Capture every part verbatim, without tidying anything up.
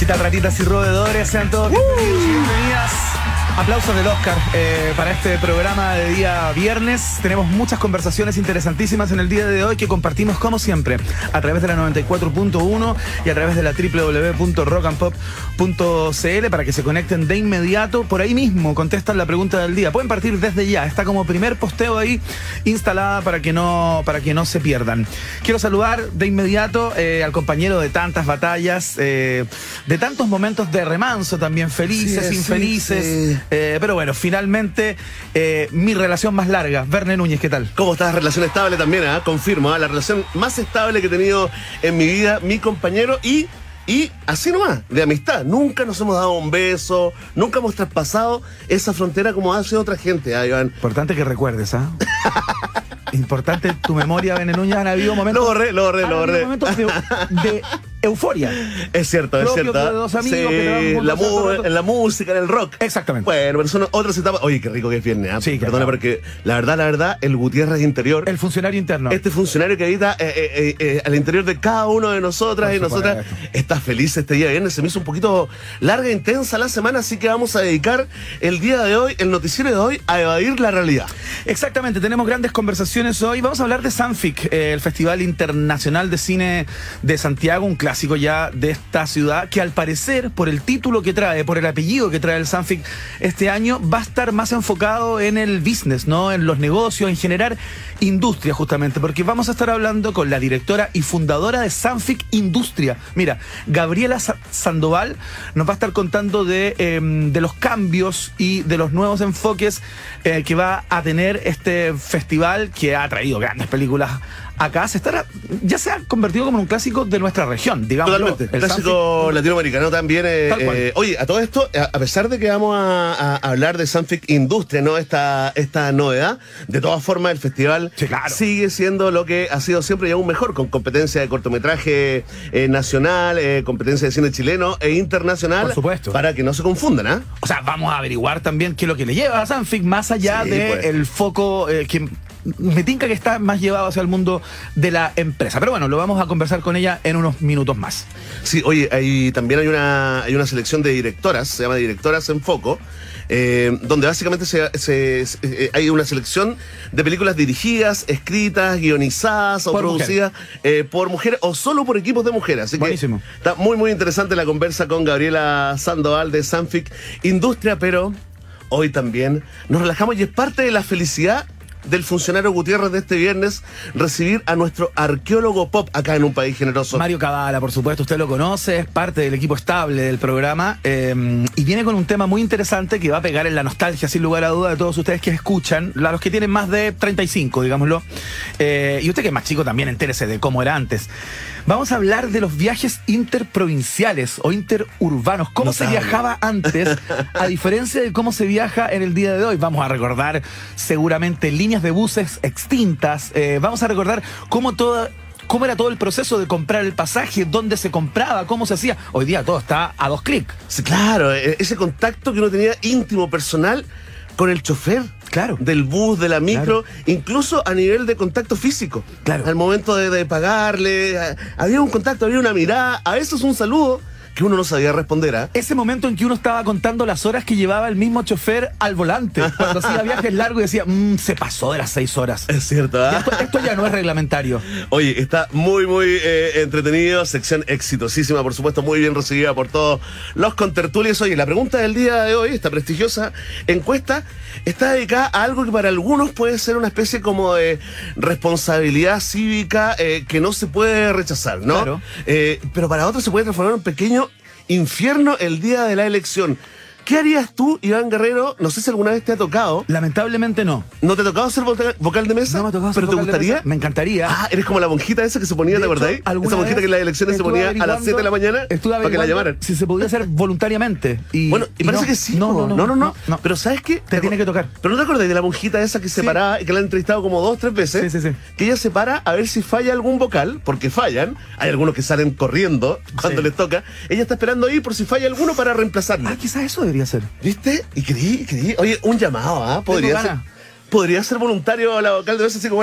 ¿Qué tal, ratitas y roedores? Sean todos bienvenidos y bienvenidas. Aplausos del Oscar eh, para este programa de día viernes. Tenemos muchas conversaciones interesantísimas en el día de hoy que compartimos como siempre a través de la noventa y cuatro punto uno y a través de la doble u doble u doble u punto rock and pop punto c l para que se conecten de inmediato. Por ahí mismo contestan la pregunta del día. Pueden partir desde ya. Está como primer posteo ahí instalada para que no, para que no se pierdan. Quiero saludar de inmediato eh, al compañero de tantas batallas, eh, de tantos momentos de remanso también, felices, sí, infelices. Sí, sí. Eh, pero bueno, finalmente eh, mi relación más larga. Verne Núñez, ¿qué tal? ¿Cómo estás? Relación estable también, ¿eh? Confirmo, ¿eh? La relación más estable que he tenido en mi vida, mi compañero y... Y así nomás, de amistad. Nunca nos hemos dado un beso, nunca hemos traspasado esa frontera como hace otra gente, ¿eh, Iván? Importante que recuerdes, ¿ah? ¿eh? Importante tu memoria, Verne Núñez. Han habido momentos... Lo borré, lo borré, lo borré. momentos de, de euforia. Es cierto, es cierto. De dos amigos sí, que la mu en la música, en el rock. Exactamente. Bueno, pero son otras etapas. Oye, qué rico que es viernes, ¿eh? Sí, perdona, porque la verdad, la verdad, el Gutiérrez interior. El funcionario interno. Este funcionario que habita eh, eh, eh, al interior de cada uno de nosotras Por y nosotras está feliz este día viernes. Se me hizo un poquito larga e intensa la semana, así que vamos a dedicar el día de hoy, el noticiero de hoy, a evadir la realidad. Exactamente, tenemos grandes conversaciones hoy. Vamos a hablar de Sanfic, eh, el Festival Internacional de Cine de Santiago, un clásico ya de esta ciudad, que al parecer, por el título que trae, por el apellido que trae el Sanfic este año, va a estar más enfocado en el business, ¿no? En los negocios, en generar industria, justamente, porque vamos a estar hablando con la directora y fundadora de Sanfic Industria. Mira, Gabriela Sandoval nos va a estar contando de, eh, de los cambios y de los nuevos enfoques eh, que va a tener este festival, que ha traído grandes películas acá. Se estará, ya se ha convertido como en un clásico de nuestra región, digamos. Totalmente, el clásico Sanfic latinoamericano también. Eh, eh, oye, a todo esto, a, a pesar de que vamos a, a hablar de Sanfic Industria, ¿no? Esta, esta novedad, de todas formas el festival sí, claro, sigue siendo lo que ha sido siempre y aún mejor, con competencia de cortometraje eh, nacional, eh, competencia de cine chileno e internacional. Por supuesto. Para que no se confundan, ¿ah? ¿eh? O sea, vamos a averiguar también qué es lo que le lleva a Sanfic, más allá sí, de pues. el foco eh, que me tinca que está más llevado hacia el mundo de la empresa. Pero bueno, lo vamos a conversar con ella en unos minutos más. Sí, oye, hay, también hay una, hay una selección de directoras, se llama Directoras en Foco, eh, donde básicamente se, se, se, eh, hay una selección de películas dirigidas, escritas, guionizadas o por producidas mujer. eh, por mujeres o solo por equipos de mujeres. Así Buenísimo. Que está muy, muy interesante la conversa con Gabriela Sandoval de Sanfic Industria, pero hoy también nos relajamos y es parte de la felicidad del funcionario Gutiérrez de este viernes recibir a nuestro arqueólogo pop acá en Un País Generoso. Mario Cabala, por supuesto, usted lo conoce, es parte del equipo estable del programa eh, y viene con un tema muy interesante que va a pegar en la nostalgia, sin lugar a duda, de todos ustedes que escuchan, a los que tienen más de treinta y cinco, digámoslo, eh, y usted que es más chico también, entérese de cómo era antes. Vamos a hablar de los viajes interprovinciales o interurbanos. ¿Cómo no se sabe. viajaba antes, a diferencia de cómo se viaja en el día de hoy? Vamos a recordar seguramente líneas de buses extintas. Eh, vamos a recordar cómo toda... cómo era todo el proceso de comprar el pasaje, dónde se compraba, cómo se hacía. Hoy día todo está a dos clics. Sí, claro, ese contacto que uno tenía íntimo, personal, con el chofer. Claro. Del bus, de la micro, claro, incluso a nivel de contacto físico. Claro. Al momento de, de pagarle, había un contacto, había una mirada, a veces un saludo que uno no sabía responder, ¿eh? Ese momento en que uno estaba contando las horas que llevaba el mismo chofer al volante, cuando hacía viajes largos y decía, mmm, se pasó de las seis horas. Es cierto, ¿eh? Esto, esto ya no es reglamentario. Oye, está muy, muy eh, entretenido, sección exitosísima, por supuesto, muy bien recibida por todos los contertulios. Oye, la pregunta del día de hoy, esta prestigiosa encuesta, está dedicada a algo que para algunos puede ser una especie como de responsabilidad cívica eh, que no se puede rechazar, ¿no? Claro. Eh, pero para otros se puede transformar en un pequeño infierno el día de la elección. ¿Qué harías tú, Iván Guerrero? No sé si alguna vez te ha tocado. Lamentablemente no. ¿No te ha tocado ser vocal, vocal de mesa? No me ha tocado ser ¿Pero te vocal de gustaría? mesa. Me encantaría. Ah, eres como la monjita esa que se ponía, ¿te acordáis? Esa monjita que en las elecciones se ponía a las siete de la mañana para que la llamaran. Si se podía hacer voluntariamente. Y, bueno, y, y parece no, que sí. No, no, no. No, no, no. no, no. Pero ¿sabes qué? Te, te tiene que tocar. Pero no te acordás de la monjita esa que se sí. paraba y que la han entrevistado como dos, tres veces. Sí, sí, sí. Que ella se para a ver si falla algún vocal, porque fallan. Hay algunos que salen corriendo cuando sí. les toca. Ella está esperando ahí por si falla alguno para reemplazarlo. Ah, quizás eso debería ser. ¿Viste? Y creí, creí. Oye, un llamado, ¿ah? ¿eh? Podría ser. Podría ser voluntario la vocal de veces, así que bueno.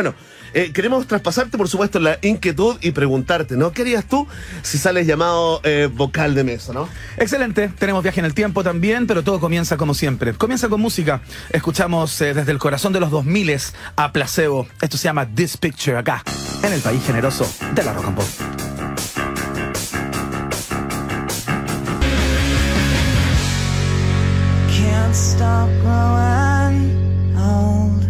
eh, queremos traspasarte, por supuesto, la inquietud y preguntarte, ¿no? ¿Qué harías tú si sales llamado eh, vocal de mesa, ¿no? Excelente, tenemos viaje en el tiempo también, pero todo comienza como siempre. Comienza con música. Escuchamos eh, desde el corazón de los dos miles a Placebo. Esto se llama This Picture acá, en el país generoso de la Rock and Pop. Can't stop growing old.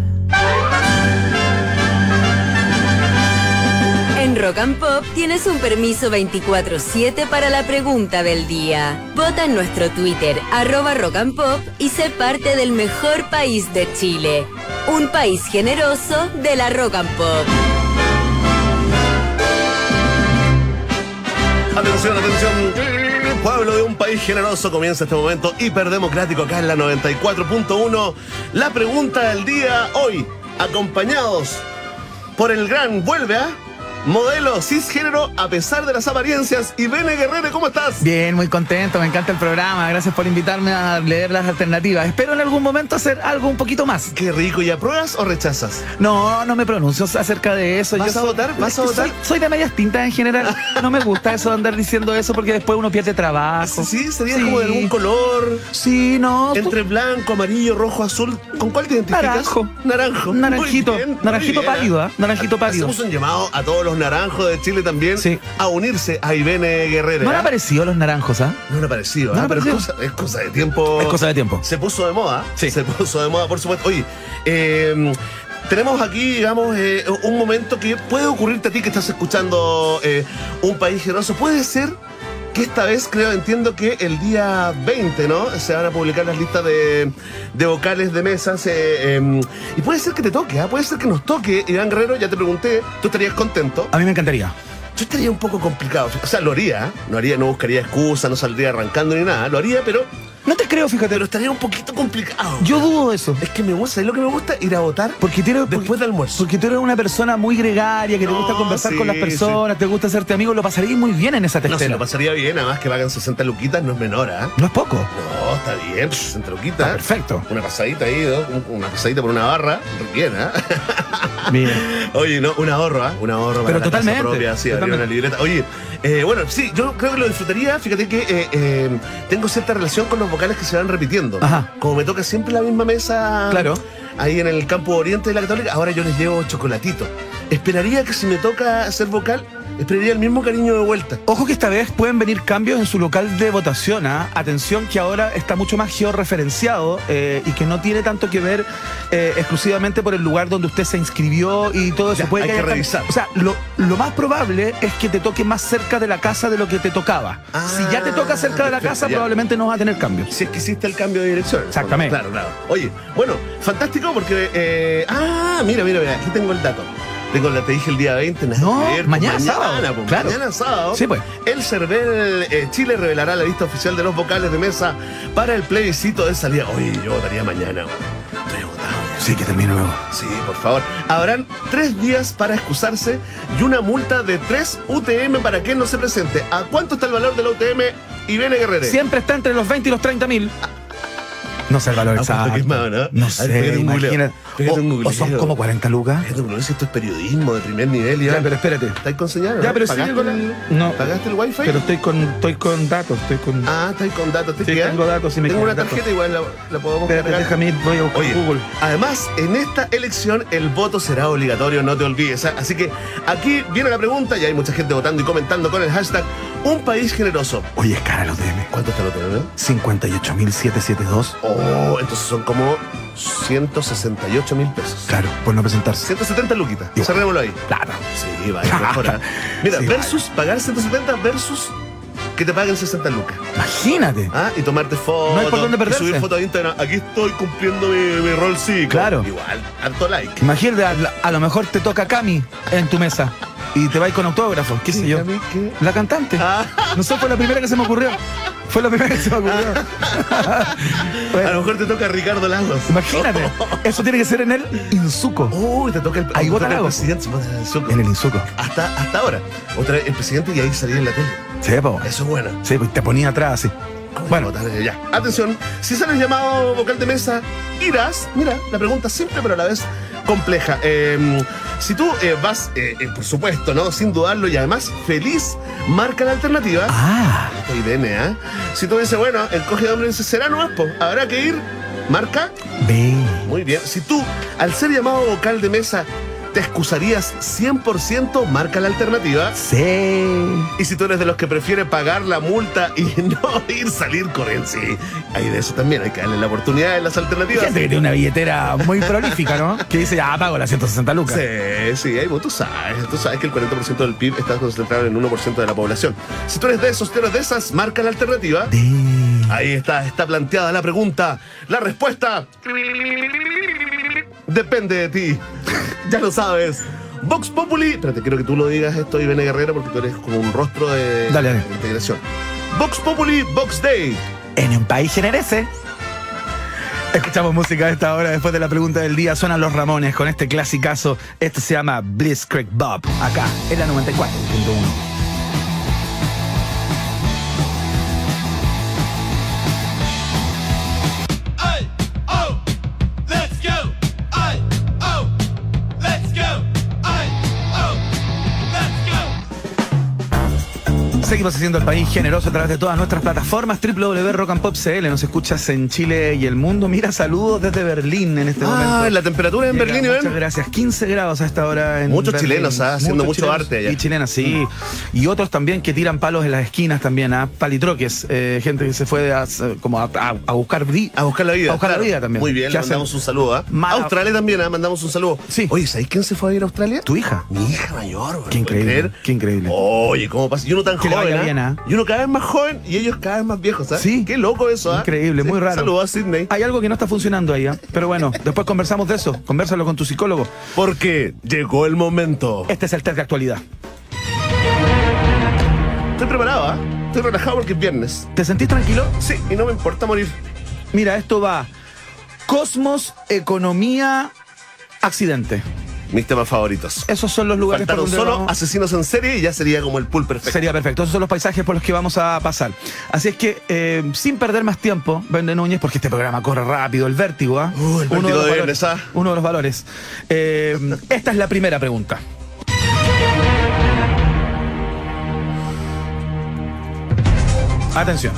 En Rock and Pop tienes un permiso veinticuatro siete para la pregunta del día. Vota en nuestro Twitter, arroba Rock and Pop, y sé parte del mejor país de Chile. Un país generoso de la Rock and Pop. Atención, atención. Pueblo de un país generoso, comienza este momento hiperdemocrático acá en la noventa y cuatro punto uno. La pregunta del día hoy, acompañados por el gran Vuelve a modelo cisgénero a pesar de las apariencias. Y Bene Guerrero, ¿cómo estás? Bien, muy contento, me encanta el programa. Gracias por invitarme a leer las alternativas. Espero en algún momento hacer algo un poquito más. Qué rico. ¿Y apruebas o rechazas? No, no me pronuncio acerca de eso. ¿Vas Yo a votar? ¿Vas a soy, votar? Soy de medias tintas en general. No me gusta eso de andar diciendo eso porque después uno pierde trabajo. Sí, sería Sí. como de algún color. Sí, no. tú- Entre blanco, amarillo, rojo, azul. ¿Con cuál te identificas? Naranjo. Naranjo. Naranjito. Muy bien, muy Naranjito bien. pálido, ¿ah? Naranjito pálido. Hacemos un llamado a todos los naranjos de Chile también Sí. a unirse a Ibene Guerrero. No le ¿ah? han aparecido los naranjos, ¿ah? No le ha parecido, No ¿ah? le ha Pero es parecido. cosa, es cosa de tiempo. Es cosa de tiempo. Se puso de moda. Sí. Se puso de moda, por supuesto. Oye, eh, tenemos aquí, digamos, eh, un momento que puede ocurrirte a ti que estás escuchando eh, Un País Generoso. Puede ser que esta vez, creo, entiendo que el día veinte, ¿no? Se van a publicar las listas de, de vocales de mesas. Eh, eh, y puede ser que te toque, ¿ah? Puede ser que nos toque. Iván Guerrero, ya te pregunté, ¿tú estarías contento? A mí me encantaría. Yo estaría un poco complicado. O sea, lo haría, ¿eh? No haría, no buscaría excusa, no saldría arrancando ni nada. Lo haría, pero, No te creo, fíjate. pero estaría un poquito complicado. Yo dudo de eso. Es que me gusta, ¿sabes lo que me gusta? Ir a votar Porque tiene, después porque, del almuerzo. porque tú eres una persona muy gregaria, que te No, gusta conversar sí, con las personas, te gusta hacerte amigo, lo pasarías muy bien en esa No, se testera. lo pasaría bien, además que pagan sesenta luquitas, no es menor, ¿ah? No es poco. No, está bien, sesenta luquitas. Está perfecto. Una pasadita ahí, ¿no? Un- Una pasadita por una barra, bien, ¿ah? Bien. Oye, no, un ahorro, ¿ah? Un ahorro para Pero la totalmente, casa propia, sí, abrir totalmente. una libreta. Oye, eh, bueno, sí, yo creo que lo disfrutaría. Fíjate que eh, eh, tengo cierta relación con los vocales que se van repitiendo. Ajá. Como me toca siempre la misma mesa Claro. ahí en el campo oriente de la Católica, ahora yo les llevo chocolatito. Esperaría que si me toca ser vocal, esperaría el mismo cariño de vuelta. Ojo que esta vez pueden venir cambios en su local de votación. ¿Ah? Atención que ahora está mucho más georreferenciado eh, y que no tiene tanto que ver eh, exclusivamente por el lugar donde usted se inscribió y todo eso. Ya, Puede hay que haya cambios. revisar. O sea, lo, lo más probable es que te toque más cerca de la casa de lo que te tocaba. Ah, si ya te toca cerca de la perfecto, casa, ya. probablemente no vas a tener cambios. Si es que hiciste el cambio de dirección. Exactamente. Claro, claro. Oye, bueno, fantástico porque... eh, ah, mira, mira, mira, aquí tengo el dato. Tengo la, te dije el día veinte, nada No, que ver, mañana pues, sábado, pues, claro. Mañana sábado. Sí, pues. El CERVEL eh, Chile revelará la lista oficial de los vocales de mesa para el plebiscito de salida. Oye, yo votaría mañana, güey. Estoy agotado ya. Sí, que termine luego. Sí, por favor. Habrán tres días para excusarse y una multa de tres U T M para quien no se presente. ¿A cuánto está el valor de la U T M, Ibene Guerrero? Siempre está entre los veinte y los treinta mil. No sé el valor Ah, exacto. pues, ¿no? ¿no? No A sé, ver, pégate un googleo. imagínate. Pégate un O, o son googleo. como cuarenta lucas. Esto, no sé si esto es periodismo de primer nivel. Ya, Ya, pero espérate. ¿Estáis con señal? Ya, ¿no? pero sigue ¿Pagaste, con el, el- no. ¿Pagaste el wifi? Pero estoy con, estoy con datos, estoy con... Ah, estáis con datos. ¿Te Sí, queda? tengo datos, sí me Tengo quedan una datos. tarjeta, igual la, la podemos Espérate, cargar. déjame ir, voy a buscar Oye, Google. además, en esta elección el voto será obligatorio, no te olvides. ¿ah? Así que aquí viene la pregunta, y hay mucha gente votando y comentando con el hashtag Un País Generoso. Oye, es cara el O T M. ¿Cuánto está el O T M? cincuenta y ocho mil setecientos setenta y dos. Oh, entonces son como ciento sesenta y ocho mil pesos. Claro, por no presentarse. ciento setenta luquitas. Igual. Cerrémoslo ahí. Claro. Sí, vaya, mejora. Mira, Sí, versus pagar ciento setenta versus que te paguen sesenta lucas. Imagínate. ¿Ah? Y tomarte fotos. No hay por dónde y perderse. subir fotos a Instagram. Aquí estoy cumpliendo mi, mi rol cívico. Claro. Igual, harto like. Imagínate, a, a lo mejor te toca Cami en tu mesa y te vais con autógrafos, qué sé yo. Cami, ¿qué? La cantante. Ah. No sé, fue la primera que se me ocurrió. Fue la primera que se me ocurrió. A Bueno, lo mejor te toca Ricardo Lagos. imagínate, eso tiene que ser en el Insuco. Uy, te toca el, Ahí te vota toca el Lagos. presidente. se pone en el Zucco. En el Insuco. Hasta, hasta ahora. Otra vez el presidente y ahí salía en la tele. Sí, po. Eso es bueno. Sí, pues te ponía atrás así. Bueno, Votar, ya. Atención, si sales llamado vocal de mesa, irás. Mira, la pregunta simple, pero a la vez compleja. Eh, si tú eh, vas, eh, eh, por supuesto, ¿no? Sin dudarlo y además feliz, marca la alternativa. Ah. Esta I B N, ¿eh? Si tú dices, bueno, el coge de hombre dice, será nomás, po, habrá que ir, marca. B. Muy bien. Si tú, al ser llamado vocal de mesa, te excusarías cien por ciento, marca la alternativa. C. Y si tú eres de los que prefiere pagar la multa y no ir salir corriendo, sí, hay de eso también, hay que darle la oportunidad en las Hay alternativas. gente que tiene una billetera muy prolífica, ¿no? Que dice, ya pago las ciento sesenta lucas. Sí, sí, hay, tú sabes, tú sabes que el cuarenta por ciento del P I B está concentrado en el uno por ciento de la población. Si tú eres de esos, tú eres de esas, marca la alternativa. D. Ahí está, está planteada la pregunta. La respuesta depende de ti. Ya lo sabes. Vox Populi. Espérate, quiero que tú lo digas esto, Ivene Guerrero, porque tú eres como un rostro de, Dale, dale. de integración. Vox Populi, Vox Day. En un país generese. Escuchamos música a esta hora después de la pregunta del día. Suenan los Ramones con este clasicazo. Este se llama Blitzkrieg Bob. Acá, en la noventa y cuatro punto uno. Seguimos haciendo el país generoso a través de todas nuestras plataformas. doble u doble u doble u punto rock and pop punto c l. Nos escuchas en Chile y el mundo. Mira, saludos desde Berlín en este Ah, momento. la temperatura en Llega, Berlín, muchas Iván. gracias. quince grados a esta hora en Muchos Berlín. chilenos, ¿ah? Haciendo mucho chilenos arte allá. Y chilenas, sí. Y otros también que tiran palos en las esquinas también, ¿ah? Palitroques. Eh, gente que se fue a, como a, a- a buscar vi- A buscar la vida. A buscar claro. la vida también. Muy bien, ¿Qué le hacen? mandamos un saludo. ¿ah? Ma- Australia también, ¿ah? Mandamos un saludo. Sí. Oye, ¿sabéis quién se fue a ir a Australia? Tu hija. Mi hija mayor, güey. Qué increíble. ¿Puedes creer? Qué increíble. Oye, ¿cómo pasa? Y uno tan Que le joven, vaya ¿ah? bien, ¿ah? Y uno cada vez más joven y ellos cada vez más viejos, ¿sabes? Sí. Qué loco eso, ¿ah? Increíble, muy Sí, raro. Saludos a Sydney. Hay algo que no está funcionando ahí, ¿ah? Pero bueno, después conversamos de eso. Convérsalo con tu psicólogo. Porque llegó el momento. Este es el test de actualidad. Estoy preparado, ¿ah? Estoy relajado porque es viernes. ¿Te sentís tranquilo? Sí, y no me importa morir. Mira, esto va. Cosmos, economía, accidente. Mis temas favoritos. Esos son los lugares por Faltaron donde solo vamos- asesinos en serie y ya sería como el pool perfecto. Sería perfecto. Esos son los paisajes por los que vamos a pasar. Así es que, eh, sin perder más tiempo, Vende Núñez, porque este programa corre rápido, el vértigo, ¿ah? Uh, el vértigo Uno de los viernes, valores. ¿ah? Uno de los valores. Eh, esta es la primera pregunta. Atención.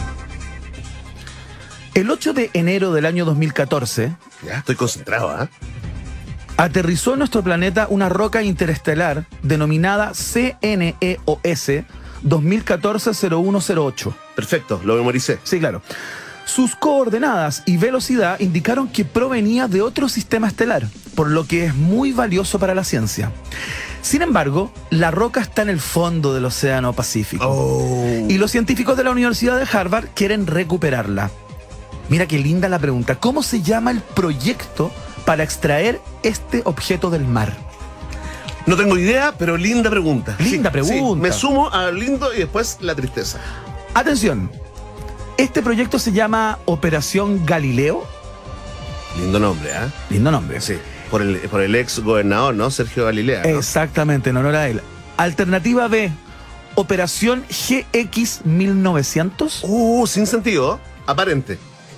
El ocho de enero del año dos mil catorce, Ya, estoy concentrado, ¿ah? aterrizó en nuestro planeta una roca interestelar denominada C N E O S dos mil catorce cero uno cero ocho. Perfecto, lo memoricé. Sí, claro. Sus coordenadas y velocidad indicaron que provenía de otro sistema estelar, por lo que es muy valioso para la ciencia. Sin embargo, la roca está en el fondo del Océano Pacífico. Oh. Y los científicos de la Universidad de Harvard quieren recuperarla. Mira qué linda la pregunta. ¿Cómo se llama el proyecto para extraer este objeto del mar? No tengo idea, pero linda pregunta. Linda pregunta. me sumo a lindo y después la tristeza. Atención. Este proyecto se llama Operación Galileo. Lindo nombre, ¿ah? Lindo nombre. Sí. Por el, por el ex gobernador, ¿no? Sergio Galilea, ¿no? Exactamente, en honor a él. Alternativa B, Operación G X mil novecientos. Uh, sin sentido. Aparente.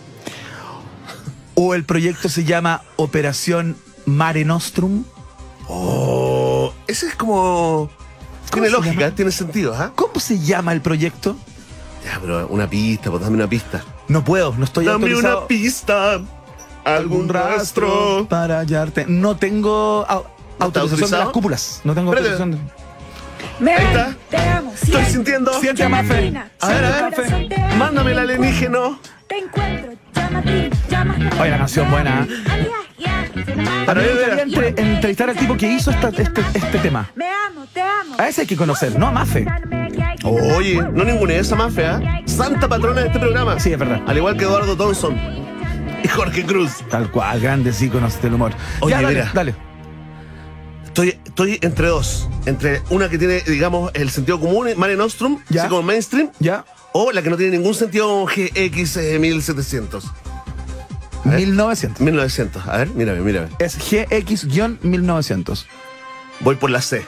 O el proyecto se llama Operación Mare Nostrum. Oh, ese es como... Tiene se lógica, llama? tiene sentido, ¿ah? ¿Cómo se llama el proyecto? Ya, pero una pista, pues dame una pista. No puedo, no estoy Dame autorizado. una pista. Algún rastro. para hallarte. No tengo au- autorización de autorizado? las cúpulas. No tengo Espérate. autorización de... Ahí está. Te amo, Estoy siento, sintiendo. Siente a Mafe. A ver, a ver, corazón te amo. Mándame el alienígeno. Te encuentro, llama a ti, llama a ti. Oye, la canción buena, ¿eh? Ay, ay, ay, A mí me Para ver, gustaría entre- entrevistar al tipo que hizo esta- este, este tema. Me amo, te amo. A ese hay que conocer, no a Mafe. Oye, no ninguna esa más fea. Santa patrona de este programa. Sí, es verdad. Al igual que Eduardo Thompson y Jorge Cruz. Tal cual, grandes íconos del humor. Oye, Ya, dale, mira. dale. Estoy, estoy entre dos. Entre una que tiene, digamos, el sentido común, Mare Nostrum, Ya. así como mainstream, Ya. o la que no tiene ningún sentido como G X mil setecientos. A ver. mil novecientos. mil novecientos. A ver, mírame, mírame. Es G X mil novecientos. Voy por la C.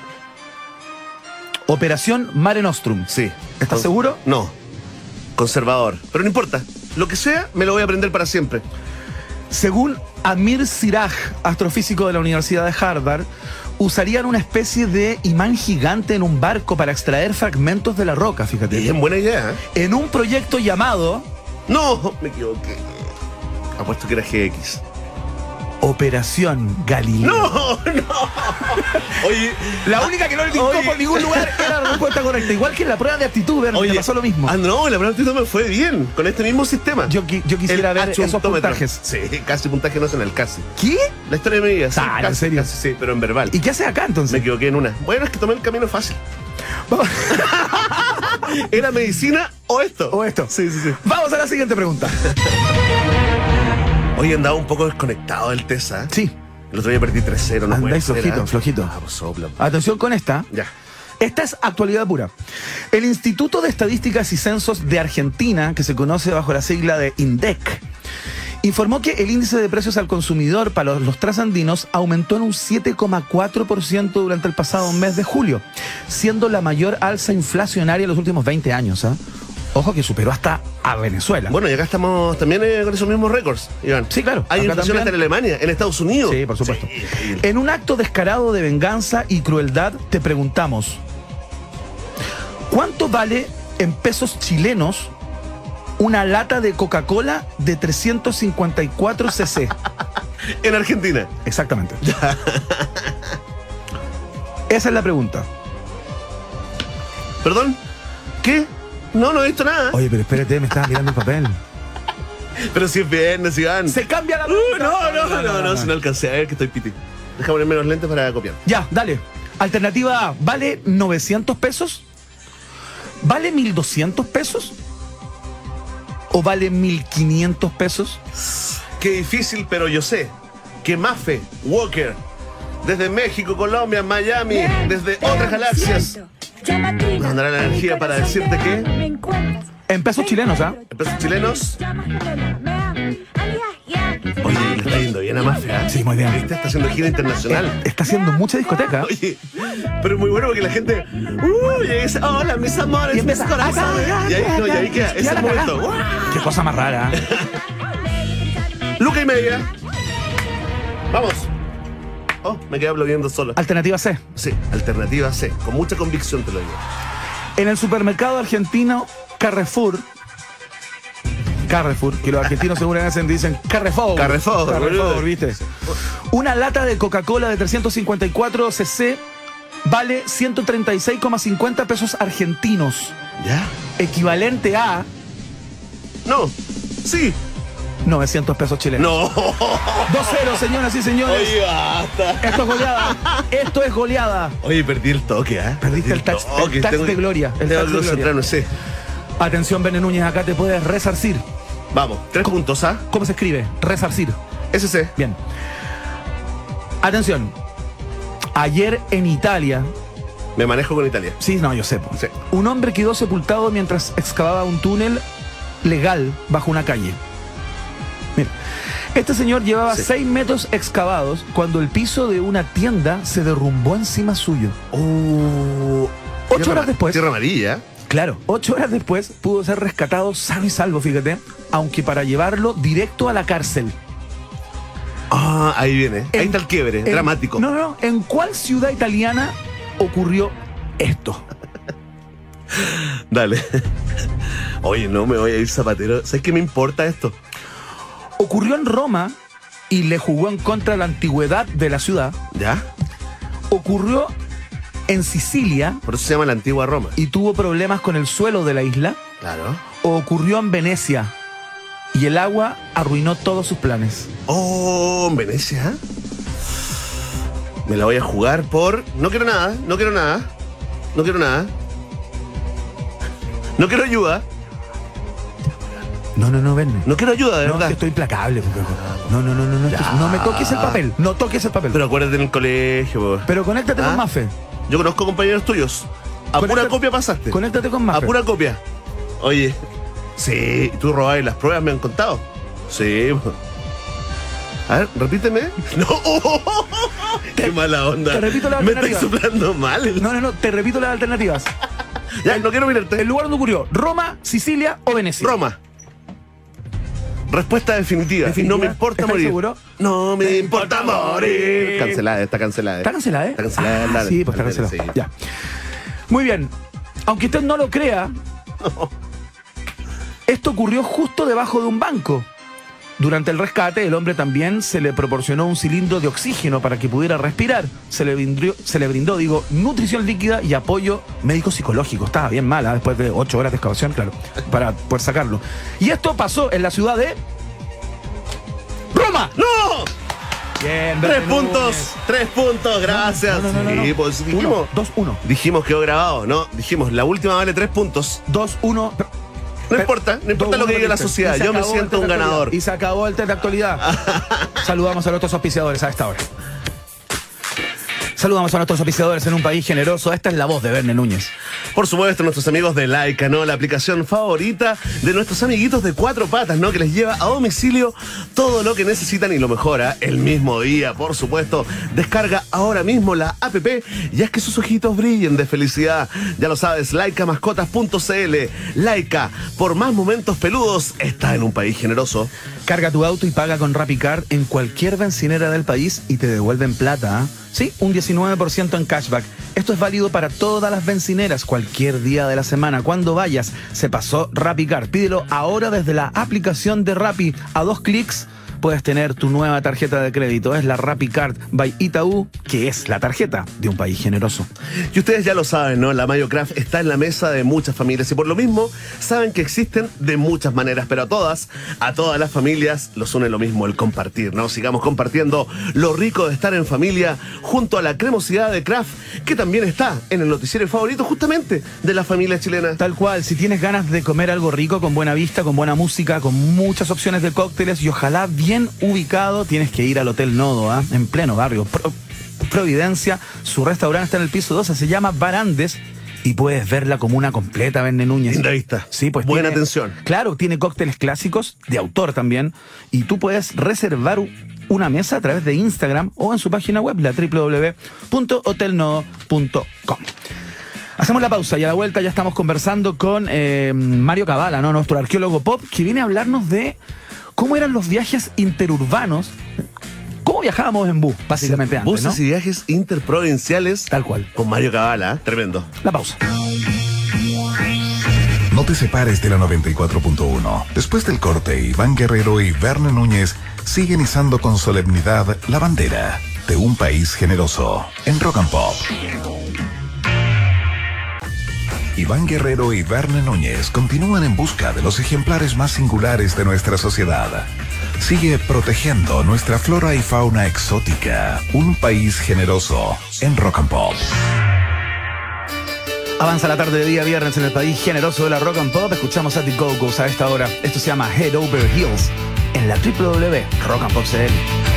Operación Mare Nostrum. Sí. ¿Estás Con- seguro? No. Conservador. Pero no importa. Lo que sea, me lo voy a aprender para siempre. Según Amir Siraj, astrofísico de la Universidad de Harvard, usarían una especie de imán gigante en un barco para extraer fragmentos de la roca, fíjate. Bien, buena idea. ¿eh? En un proyecto llamado No, me equivoqué. Apuesto que era G X. Operación Galileo. No, no. Oye, La única que no le tincó Oye. por ningún lugar era la respuesta correcta. Igual que en la prueba de aptitud, Bernie, oye, me pasó lo mismo. Ah, no, la verdad me fue bien con este mismo sistema. Yo, qui- yo quisiera El ver esos achuntómetro. puntajes. Sí, casi puntaje nacional, casi. ¿Qué? La historia de mi vida. Sí, Ah, ¿en casi, serio? casi, sí, pero en verbal. ¿Y qué haces acá Me entonces? equivoqué en una. Bueno, es que tomé el camino fácil. Vamos- ¿Era medicina o esto? o esto. Sí, sí, sí. Vamos a la siguiente pregunta. Hoy andaba un poco desconectado del TESA. Sí. El otro día perdí tres cero, no puede Andáis ser, flojito, ¿ah? flojito. Ah, pues sopla. Atención con esta. Ya. Esta es actualidad pura. El Instituto de Estadísticas y Censos de Argentina, que se conoce bajo la sigla de INDEC, informó que el índice de precios al consumidor para los, los trasandinos aumentó en un siete coma cuatro por ciento durante el pasado mes de julio, siendo la mayor alza inflacionaria en los últimos veinte años. ¿ah? Ojo que superó hasta a Venezuela. Bueno, y acá estamos también eh, con esos mismos récords, Iván. Sí, claro. Hay Acá inflación hasta también. en Alemania, en Estados Unidos. Sí, por supuesto. Sí. En un acto descarado de venganza y crueldad, te preguntamos, ¿cuánto vale en pesos chilenos una lata de Coca-Cola de trescientos cincuenta y cuatro cc? En Argentina. Exactamente. Esa es la pregunta. ¿Perdón? ¿Qué? No, no he visto nada. Oye, pero espérate, me estás mirando el papel. Pero si es viernes, Iván. Se cambia la Uh, pregunta. no, no, no, no, si no alcancé a ver que estoy piti. Deja ponerme los lentes para copiar. Ya, dale. Alternativa A, ¿vale novecientos pesos? ¿Vale mil doscientos pesos? ¿O vale mil quinientos pesos? Qué difícil, pero yo sé que Mafe Walker, desde México, Colombia, Miami, desde otras galaxias, Nos mandará la energía para decirte que- Me encuentras. En pesos chilenos, ¿ah? en pesos chilenos. Me Oye, le está yendo bien a Mafe, ¿ah? Sí, muy bien. ¿Viste? Está haciendo gira internacional. Está haciendo mucha discoteca. Oye, pero es muy bueno porque la gente. Uh, y dice, hola, mis amores, Y mis empieza, corazones. acá, Y ahí, no, y ahí queda, ya ese la momento. cagá. Qué cosa más rara. Luca y media. Vamos. Oh, me quedé aplaudiendo solo. Alternativa C. Sí, alternativa C. Con mucha convicción te lo digo. En el supermercado argentino Carrefour. Carrefour, que los argentinos seguramente dicen Carrefour. Carrefour, Carrefour, boludo. ¿viste? Una lata de Coca-Cola de trescientos cincuenta y cuatro cc vale ciento treinta y seis coma cincuenta pesos argentinos. ¿Ya? Equivalente a No. Sí. novecientos pesos chilenos. No. dos cero, señoras y señores. Oye, basta. Esto es goleada. Esto es goleada. Oye, perdí el toque, ¿eh? Perdiste el tax- el tax de gloria, el Tengo tax que de gloria. concentrarme, sí. Atención, Bene Núñez, acá te puedes resarcir. Vamos, tres puntos, ¿ah? ¿Cómo se escribe? Resarcir. Ese C. Bien. Atención. Ayer en Italia, Me manejo con Italia. sí, no, yo sé, po. Sí. Un hombre quedó sepultado mientras excavaba un túnel legal bajo una calle. Mira, este señor llevaba Sí. seis metros excavados cuando el piso de una tienda se derrumbó encima suyo. Uh, Ocho tierra horas ma- después. Tierra amarilla. Claro, ocho horas después pudo ser rescatado sano y salvo, fíjate, aunque para llevarlo directo a la cárcel. Ah, ahí viene. Ahí En- está el quiebre, En- dramático. No, no, no. ¿En cuál ciudad italiana ocurrió esto? Dale. Oye, no me voy a ir zapatero. ¿Sabes qué me importa esto? Ocurrió en Roma y le jugó en contra la antigüedad de la ciudad. ¿Ya? Ocurrió en Sicilia Por eso se llama la antigua Roma. y tuvo problemas con el suelo de la isla. Claro. O ocurrió en Venecia y el agua arruinó todos sus planes. Oh, en Venecia. Me la voy a jugar por. No quiero nada, no quiero nada. No quiero nada. No quiero ayuda. No, no, no, ven. No quiero ayuda, de No, verdad. que estoy implacable. porque- No, no, no, no, no. Ya. No me toques el papel. No toques el papel. Pero Pero, acuérdate en el colegio, po. conéctate ¿Ah? con Mafe. Yo conozco compañeros tuyos. A pura Conéctate- copia pasaste. Conéctate con Mafe. A pura copia. Oye. Sí, tú robabas las pruebas, me han contado. Sí. po. A ver, repíteme. No. Qué mala onda. te repito la Me estoy alternativa. soplando mal. el- No, no, no. Te repito las alternativas. Ya, no quiero mirarte. El lugar donde ocurrió. Roma, Sicilia o Venecia. Roma. Respuesta definitiva. ¿Definitiva? No me importa ¿Estás morir. seguro? No me importa morir. Cancelada, está cancelada. ¿Está cancelada, eh? Está cancelada, Ah, dale. sí, pues está Dale, cancelada. sí. Ya. Muy bien. Aunque usted no lo crea, esto ocurrió justo debajo de un banco. Durante el rescate, el hombre también se le proporcionó un cilindro de oxígeno para que pudiera respirar. Se le brindó, se le brindó digo, nutrición líquida y apoyo médico-psicológico. Estaba bien mala después de ocho horas de excavación, claro, para poder sacarlo. Y esto pasó en la ciudad de Roma. ¡No! Bien, Tres Verne puntos, Núñez. tres puntos, gracias. No, no, no, no, Sí, no. pues Uno, dijimos, dos, uno. dijimos quedó grabado, ¿no? Dijimos, la última vale tres puntos. Dos, uno. No importa, no importa lo que diga la sociedad, yo me siento un ganador. Y se acabó el test de actualidad. Saludamos a nuestros auspiciadores a esta hora. Saludamos a nuestros auspiciadores en un país generoso. Esta es la voz de Verne Núñez. Por supuesto, nuestros amigos de Laika, ¿no? La aplicación favorita de nuestros amiguitos de cuatro patas, ¿no? Que les lleva a domicilio todo lo que necesitan y lo mejora el mismo día, por supuesto. Descarga ahora mismo la app y haz que sus ojitos brillen de felicidad. Ya lo sabes, laika mascotas punto c l. Laika, por más momentos peludos, está en un país generoso. Carga tu auto y paga con RappiCard en cualquier bencinera del país y te devuelven plata, ¿eh? Sí, un diecinueve por ciento en cashback. Esto es válido para todas las bencineras, cualquier día de la semana. Cuando vayas, se pasó RappiCard. Pídelo ahora desde la aplicación de Rappi. A dos clics puedes tener tu nueva tarjeta de crédito. Es la RappiCard by Itaú, que es la tarjeta de un país generoso. Y ustedes ya lo saben, ¿no? La Mayo Craft está en la mesa de muchas familias y por lo mismo saben que existen de muchas maneras, pero a todas, a todas las familias los une lo mismo, el compartir, ¿no? Sigamos compartiendo lo rico de estar en familia junto a la cremosidad de Kraft, que también está en el noticiero favorito justamente de la familia chilena. Tal cual, si tienes ganas de comer algo rico, con buena vista, con buena música, con muchas opciones de cócteles y ojalá bien ubicado, tienes que ir al Hotel Nodo, ¿eh? En pleno barrio Pro- Providencia. Su restaurante está en el piso doce, se llama Barandes y puedes ver la comuna completa, Verne Núñez. Linda vista. Sí, pues Buena tiene- atención. Claro, tiene cócteles clásicos de autor también y tú puedes reservar u- una mesa a través de Instagram o en su página web, la doble u doble u doble u punto hotel nodo punto com. Hacemos la pausa y a la vuelta ya estamos conversando con eh, Mario Cabala, ¿no? Nuestro arqueólogo pop, que viene a hablarnos de cómo eran los viajes interurbanos, cómo viajábamos en bus, básicamente antes, ¿no? Buses y viajes interprovinciales. Tal cual. Con Mario Cabala, ¿eh? Tremendo. La pausa. No te separes de la noventa y cuatro punto uno. Después del corte, Iván Guerrero y Verne Núñez siguen izando con solemnidad la bandera de un país generoso en Rock and Pop. Iván Guerrero y Verne Núñez continúan en busca de los ejemplares más singulares de nuestra sociedad. Sigue protegiendo nuestra flora y fauna exótica. Un país generoso en Rock and Pop. Avanza la tarde de día viernes en el país generoso de la Rock and Pop. Escuchamos a The Go-Go's a esta hora. Esto se llama Head Over Heels en la doble u doble u doble u punto rock and pop punto c l.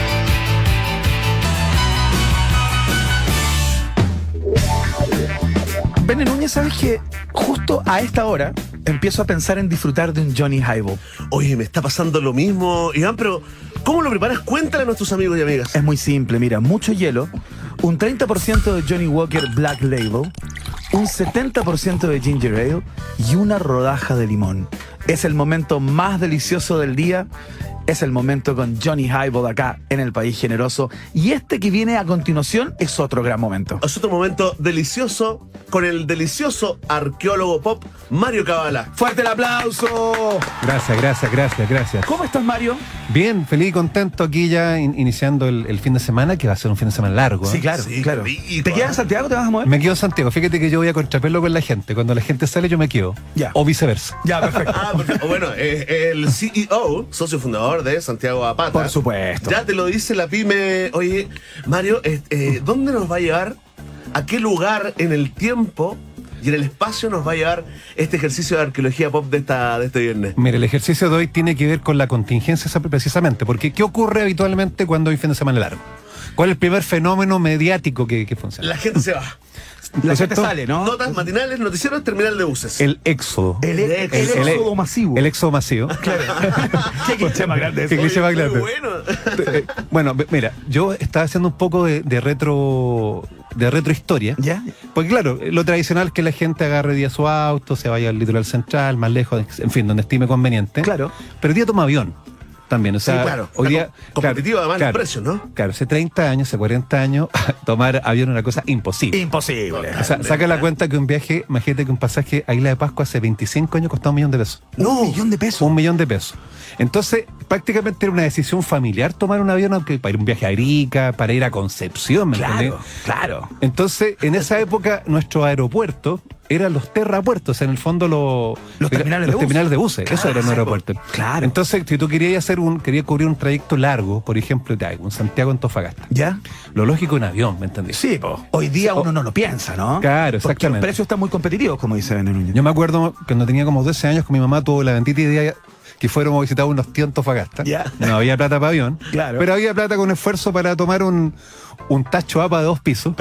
Verne Núñez, ¿sabes que justo a esta hora empiezo a pensar en disfrutar de un Johnny Highball? Oye, me está pasando lo mismo, Iván, pero ¿cómo lo preparas? Cuéntale a nuestros amigos y amigas. Es muy simple, mira, mucho hielo, un treinta por ciento de Johnny Walker Black Label, un setenta por ciento de Ginger Ale y una rodaja de limón. Es el momento más delicioso del día. Es el momento con Johnny Highball acá en el país generoso. Y este que viene a continuación es otro gran momento. Es otro momento delicioso con el delicioso arqueólogo pop Mario Cabala. ¡Fuerte el aplauso! Gracias, gracias, gracias, gracias. ¿Cómo estás, Mario? Bien, feliz y contento aquí ya in- iniciando el, el fin de semana, que va a ser un fin de semana largo. ¿eh? Sí, claro, Sí, claro. qué rico, ¿Te quedas ¿eh? en Santiago? ¿Te vas a mover? Me quedo en Santiago. Fíjate que yo voy a contrapelo con la gente. Cuando la gente sale, yo me quedo. Ya. O viceversa. Ya, perfecto. Ah, porque, bueno, eh, el C E O, socio fundador de Santiago Apata. Por supuesto. Ya te lo dice la pyme. Oye, Mario, eh, eh, ¿dónde nos va a llevar? ¿A qué lugar en el tiempo y en el espacio nos va a llevar este ejercicio de arqueología pop de, esta, de este viernes? Mire, el ejercicio de hoy tiene que ver con la contingencia esa- precisamente, porque ¿qué ocurre habitualmente cuando hay fin de semana largo? ¿Cuál es el primer fenómeno mediático que, que funciona? La gente se va. La ¿No es gente cierto? sale, ¿no? Notas matinales, noticieros, terminal de buses. El éxodo. El, el, el El- éxodo masivo. El éxodo masivo. ¿Qué cliché más grande Qué eso? cliché más Oye, grande. muy bueno. Eh, Bueno, ve- mira, yo estaba haciendo un poco de, de retro de retrohistoria. ¿Ya? Porque claro, lo tradicional es que la gente agarre día su auto, se vaya al litoral central, más lejos, en fin, donde estime conveniente. Claro. Pero el día toma avión. también. O sea, Sí, claro. hoy Está día. com- competitivo además claro, los precios, ¿no? Claro, hace treinta años, hace cuarenta años, tomar avión era una cosa imposible. Imposible. O sea, saca la cuenta que un viaje, imagínate que un pasaje a Isla de Pascua hace veinticinco años costaba un millón de pesos. Un millón de pesos. Un millón de pesos. Entonces, prácticamente era una decisión familiar tomar un avión aunque para ir a un viaje a Arica, para ir a Concepción, ¿me Claro, entendés? claro. Entonces, en esa época, nuestro aeropuerto eran los terrapuertos, en el fondo lo- Los terminales los de bus. terminales de buses, eso Claro, era un aeropuerto. claro. Entonces, si tú querías hacer un, querías cubrir un trayecto largo, por ejemplo, de un Santiago Antofagasta, ¿Ya? lo lógico en avión, ¿me entendés? Sí, po. Hoy día uno no lo piensa, ¿no? Claro, Porque exactamente. los precios están muy competitivos, como dice Bené Núñez. Yo me acuerdo cuando tenía como doce años con mi mamá tuvo la bendita idea que fuéramos a visitar unos tíos Antofagasta. Ya. No había plata para avión, Claro. pero había plata con esfuerzo para tomar un, un tacho APA de dos pisos,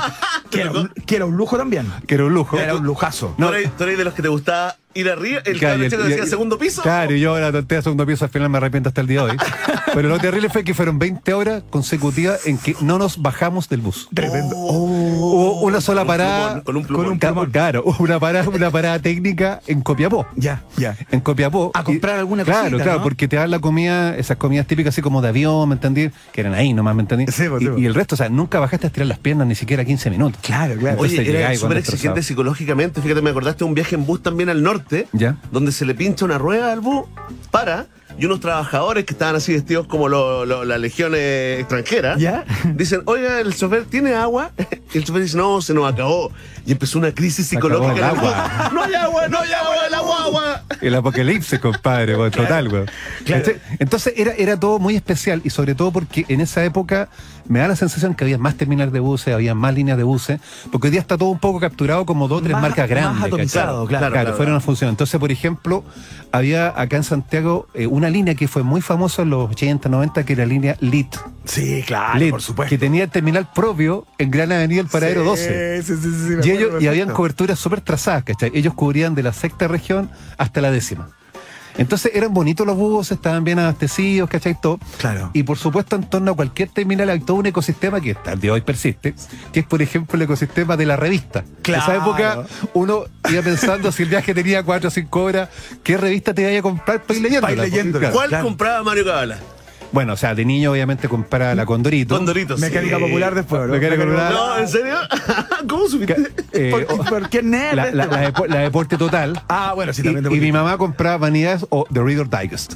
Que era, un, que era un lujo también. que era un lujo. Era un lujazo. ¿Tú eres, tú eres de los que te gustaba ir arriba? El Claro, cabrón y- chico y- decía y- segundo piso. Claro, y yo ahora tonté a segundo piso, al final me arrepiento hasta el día de hoy. Pero lo terrible fue que fueron veinte horas consecutivas en que no nos bajamos del bus. Tremendo. Hubo una sola un parada. plumón, con un plumón. Con Claro, claro, una parada, una parada técnica en Copiapó. Ya, ya. En Copiapó. A comprar Y- alguna Claro, cosita, claro, ¿no? porque te dan la comida, esas comidas típicas así como de avión, ¿me entendí? Que eran ahí nomás, ¿me entendí? Sí, pues, y, sí, pues. y el resto, o sea, nunca bajaste a estirar las piernas ni siquiera quince minutos. Claro, claro. Entonces Oye, era llegáis súper cuando exigente estresado. psicológicamente. Fíjate, me acordaste de un viaje en bus también al norte, Ya. donde se le pincha una rueda al bus para, y unos trabajadores que estaban así vestidos como lo- lo- la legión eh, extranjera, ¿Ya? dicen, oiga, el chofer tiene agua. Y el chofer dice, no, se nos acabó. Y empezó una crisis Se acabó psicológica. el en el bus. agua. No hay agua, no hay agua, el agua, agua. El apocalipsis, compadre, weón, total, weón. Claro. ¿Cachai? Entonces era, era todo muy especial y sobre todo porque en esa época me da la sensación que había más terminales de buses, había más líneas de buses, porque hoy día está todo un poco capturado como dos o tres Más- marcas grandes. más atomizado, ¿cachai? claro, claro, fueron claro. a funcionar. Entonces, por ejemplo, había acá en Santiago eh, una línea que fue muy famosa en los ochenta, noventa, que era la línea L I T. Sí, claro, L I T, por supuesto. que tenía el terminal propio en Gran Avenida El Paradero doce. Sí, sí, sí, sí, me Y, acuerdo ellos, y habían perfecto. coberturas súper trazadas, ¿cachai? Ellos cubrían de la sexta región hasta la décima. Entonces eran bonitos los buses, estaban bien abastecidos, ¿cachai? Todo. Claro. Y por supuesto, en torno a cualquier terminal hay todo un ecosistema que hasta el día de hoy persiste, que es, por ejemplo, el ecosistema de la revista. Claro. En esa época, uno iba pensando si el viaje tenía cuatro o cinco horas, ¿qué revista te vaya a comprar para ir leyéndola? Para ir leyéndola. Claro. ¿Cuál Claro. compraba Mario Cabala? Bueno, o sea, de niño obviamente compraba la Condorito. Condorito. sí. Mecánica popular después, ¿no? Mecánica popular. No, ¿en serio? ¿Cómo supiste? Eh, ¿Por qué, por qué nerd? la, la- la depo- la Deporte Total. Ah, bueno, sí, Y, también. y mi mamá compraba Vanidades o The Reader Digest.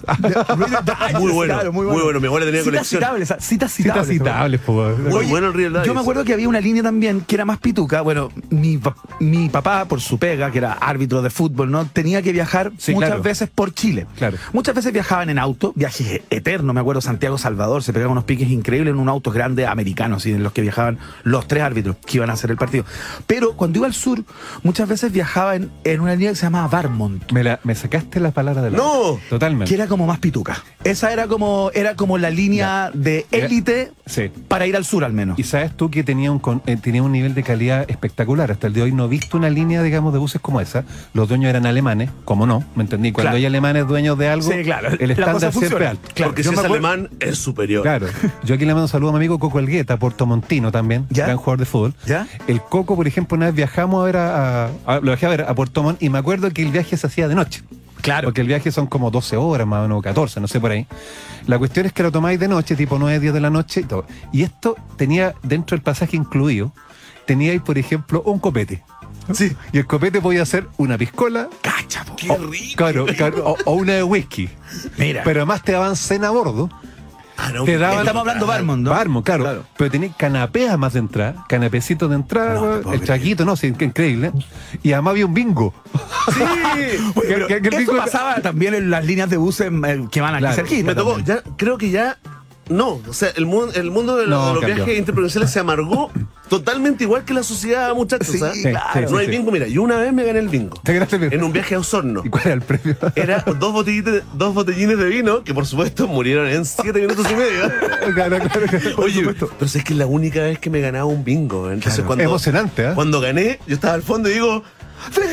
Muy bueno, muy bueno. Mi abuela tenía Citas colección. citables, citas Citas citables. citables, po. Muy Oye, bueno el Real Digest. Yo me acuerdo que había una línea también que era más pituca. Bueno, mi, pa- mi papá, por su pega, que era árbitro de fútbol, ¿no? Tenía que viajar Sí, muchas claro. veces por Chile. Claro. Muchas veces viajaban en auto, viajes eternos. Me acuerdo Santiago Salvador, se pegaban unos piques increíbles en un auto grande americano, así, en los que viajaban los tres árbitros que iban a hacer el partido. Pero cuando iba al sur, muchas veces viajaba en, en una línea que se llamaba Varmont. Me, la- me sacaste la palabra de la No. Totalmente. Que era como más pituca. Esa era como, era como la línea de élite Sí. para ir al sur al menos. Y sabes tú que tenía un, con- eh, tenía un nivel de calidad espectacular. Hasta el día de hoy no he visto una línea, digamos, de buses como esa. Los dueños eran alemanes, como no, ¿me entendí? Cuando Claro. hay alemanes dueños de algo, Sí, claro. el La cosa estándar siempre funciona. alto. Claro. Porque Yo si me es acuerdo- alemán, es superior. Claro. Yo aquí le mando un saludo a mi amigo Coco Elgueta, Puerto Montino también, ¿Ya? gran jugador de fútbol. ¿Ya? El Coco, por ejemplo, una vez viajamos a ver a, a- a- lo dejé a ver a Puerto Montt y me acuerdo que el viaje se hacía de noche. Claro. Porque el viaje son como doce horas, más o menos catorce, no sé por ahí. La cuestión es que lo tomáis de noche, tipo nueve, diez de la noche y todo. Y esto tenía dentro del pasaje incluido, teníais, por ejemplo, un copete. Sí. Y el copete podía ser una piscola. Cacha, po. Qué rico. Claro, claro, o, o una de whisky. Mira. Pero además te daban cena a bordo. Ah, no, Te daban- Estamos hablando Barmont, ¿no? Barmo, claro, Claro. Pero tenía canapés más de entrada, canapecitos de entrada, No, weón, te puedo el chaquito, no, sí, qué increíble. Y además había un bingo. Sí. Oye, pero que- que el eso bingo- pasaba también en las líneas de buses eh, que van aquí Claro. cerquita. Me tocó, también. ya, creo que ya. No, o sea, el, mundo el mundo de, los- No, de los cambió. viajes interprovinciales se amargó totalmente igual que la sociedad, muchachos. Sí, ¿ah? claro. No hay sí. bingo, mira, yo una vez me gané el bingo. ¿Te ganaste el bingo? En un viaje a Osorno. ¿Y cuál era el premio? Era dos botellines, dos botellines de vino que por supuesto murieron en siete minutos y medio. Claro, claro, claro. Oye, pero es que es la única vez que me ganaba un bingo. Entonces Claro. cuando, Emocionante, ¿eh? cuando gané, yo estaba al fondo y digo, ¡feliz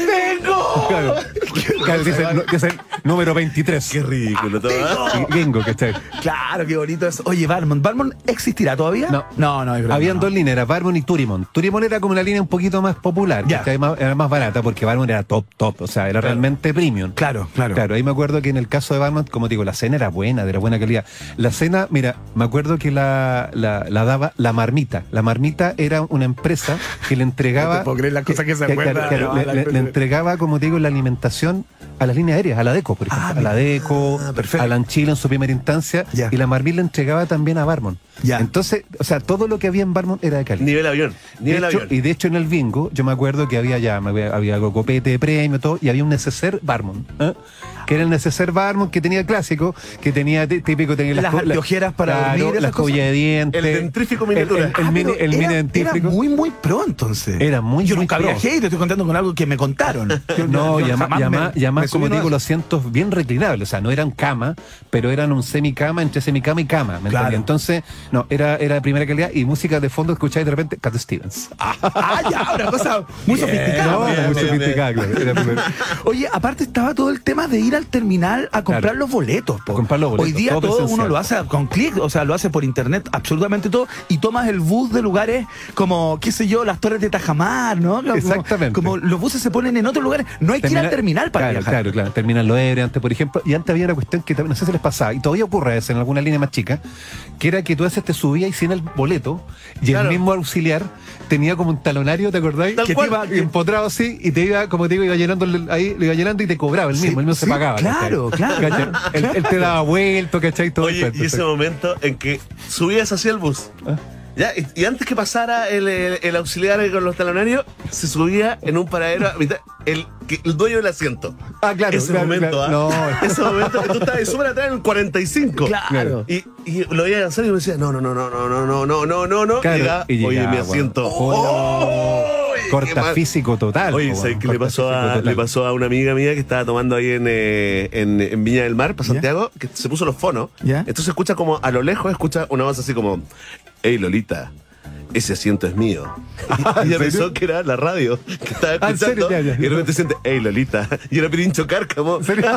¡Bingo! Claro, claro, dice, no, dice el número veintitrés. Qué ridículo todo. ¿eh? Y Bingo, ¿cachai? Claro, qué bonito es. Oye, Barmon. ¿Barmon existirá todavía? No. No, no, es broma, Habían no. dos líneas, era Barmon y Turimon. Turimon era como una línea un poquito más popular, Ya. ¿cachai? Más- era más barata porque Barmon era top, top, o sea, era realmente premium. Claro, claro. Claro, ahí me acuerdo que en el caso de Barmon, como te digo, la cena era buena, de la buena calidad. La cena, mira, me acuerdo que la, la, la daba la Marmita. La Marmita era una empresa que le entregaba... No te puedo creer las cosas que se acuerda. claro, claro, No, le, la- le- le entregaba, como te digo, la alimentación a las líneas aéreas, a la DECO, por ejemplo. Ah, a la DECO, ah, perfecto. a la Anchila en su primera instancia, Ya. y la Marmita le entregaba también a Barmon. Ya. Entonces, o sea, todo lo que había en Barmon era de calidad. Nivel avión. De Nivel hecho, avión. y de hecho en el bingo, yo me acuerdo que había ya, me había, había algo copete de premio, todo, y había un neceser Barmon, ¿eh? que era el neceser Barmon que tenía el clásico, que tenía tí- típico, tenía Las co- anteojeras para claro, dormir, esas las cosas. collas de dientes, El dentrífico miniatura. el, el, el Ah, mini, pero el mini era, dentífrico. era muy, muy pro entonces. Era muy, Yo muy nunca pro. viajé y te estoy contando con algo que me contaron. Yo- No, yo y además, jamás y además- me- y además, me como subí digo, uno los asientos bien reclinables, o sea, no eran cama, pero eran un semicama entre semicama y cama, ¿me Claro. entendés? Entonces, no, era, era de primera calidad y música de fondo escucháis de repente Cat Stevens. Ah, ya, una cosa muy sofisticada. No, bien, muy bien, sofisticada, claro, era primera. Oye, aparte estaba todo el tema de ir al terminal a comprar Claro. los boletos. po. A comprar los boletos, Hoy día todo todo, presencial. uno lo hace con clic, o sea, lo hace por internet, absolutamente todo, y tomas el bus de lugares como, qué sé yo, las torres de Tajamar, ¿no? Como- Exactamente. Como los buses se ponen en otros lugares, no hay que ir al terminal para claro, viajar. Claro, claro, terminal lo Ebre antes, por ejemplo, y antes había una cuestión que también, no sé si les pasaba, y todavía ocurre eso en alguna línea más chica, que era que tú a veces te subías y sin el boleto, y Claro. el mismo auxiliar tenía como un talonario, ¿te acordáis? Tal Que cual. te iba empotrado así, y te iba, como te digo, iba llenando el- ahí, lo iba llenando y te cobraba el Sí, mismo, el mismo se sí, pagaba. claro, ¿cachai? claro, ¿Cachai? Él, él te daba vuelto, ¿cachai? Todo el Oye, cuento, y ese ¿sí? momento en que subías hacia el bus. Ah. Ya, y, y antes que pasara el, el- el auxiliar con los talonarios, se subía en un paradero a mitad, el, que- el dueño del asiento. Ah, claro, Ese claro, momento, claro. ¿ah? No. Ese momento que tú estabas súper atrás en el cuarenta y cinco. Claro. Y, y lo veía lanzar y me decía, no, no, no, no, no, no, no, no, no, no, no. Claro, Llegaba, y oye, llegaba, mi asiento. bueno. ¡Oh! Oye, qué Corta mal. físico total. Oye, po, ¿sabes bueno, qué le corta pasó, físico a, total. le pasó a una amiga mía que estaba tomando ahí en, eh, en, en Viña del Mar, para ¿Ya? Santiago, que se puso los fonos? ¿Ya? Entonces escucha como a lo lejos, escucha una voz así como, hey Lolita, ese asiento es mío. Y ella pensó que era la radio que estaba Ah, ¿en serio? escuchando. Ya, ya. Y de repente siente, hey Lolita. Y era Pirincho Cárcamo. ¿En serio?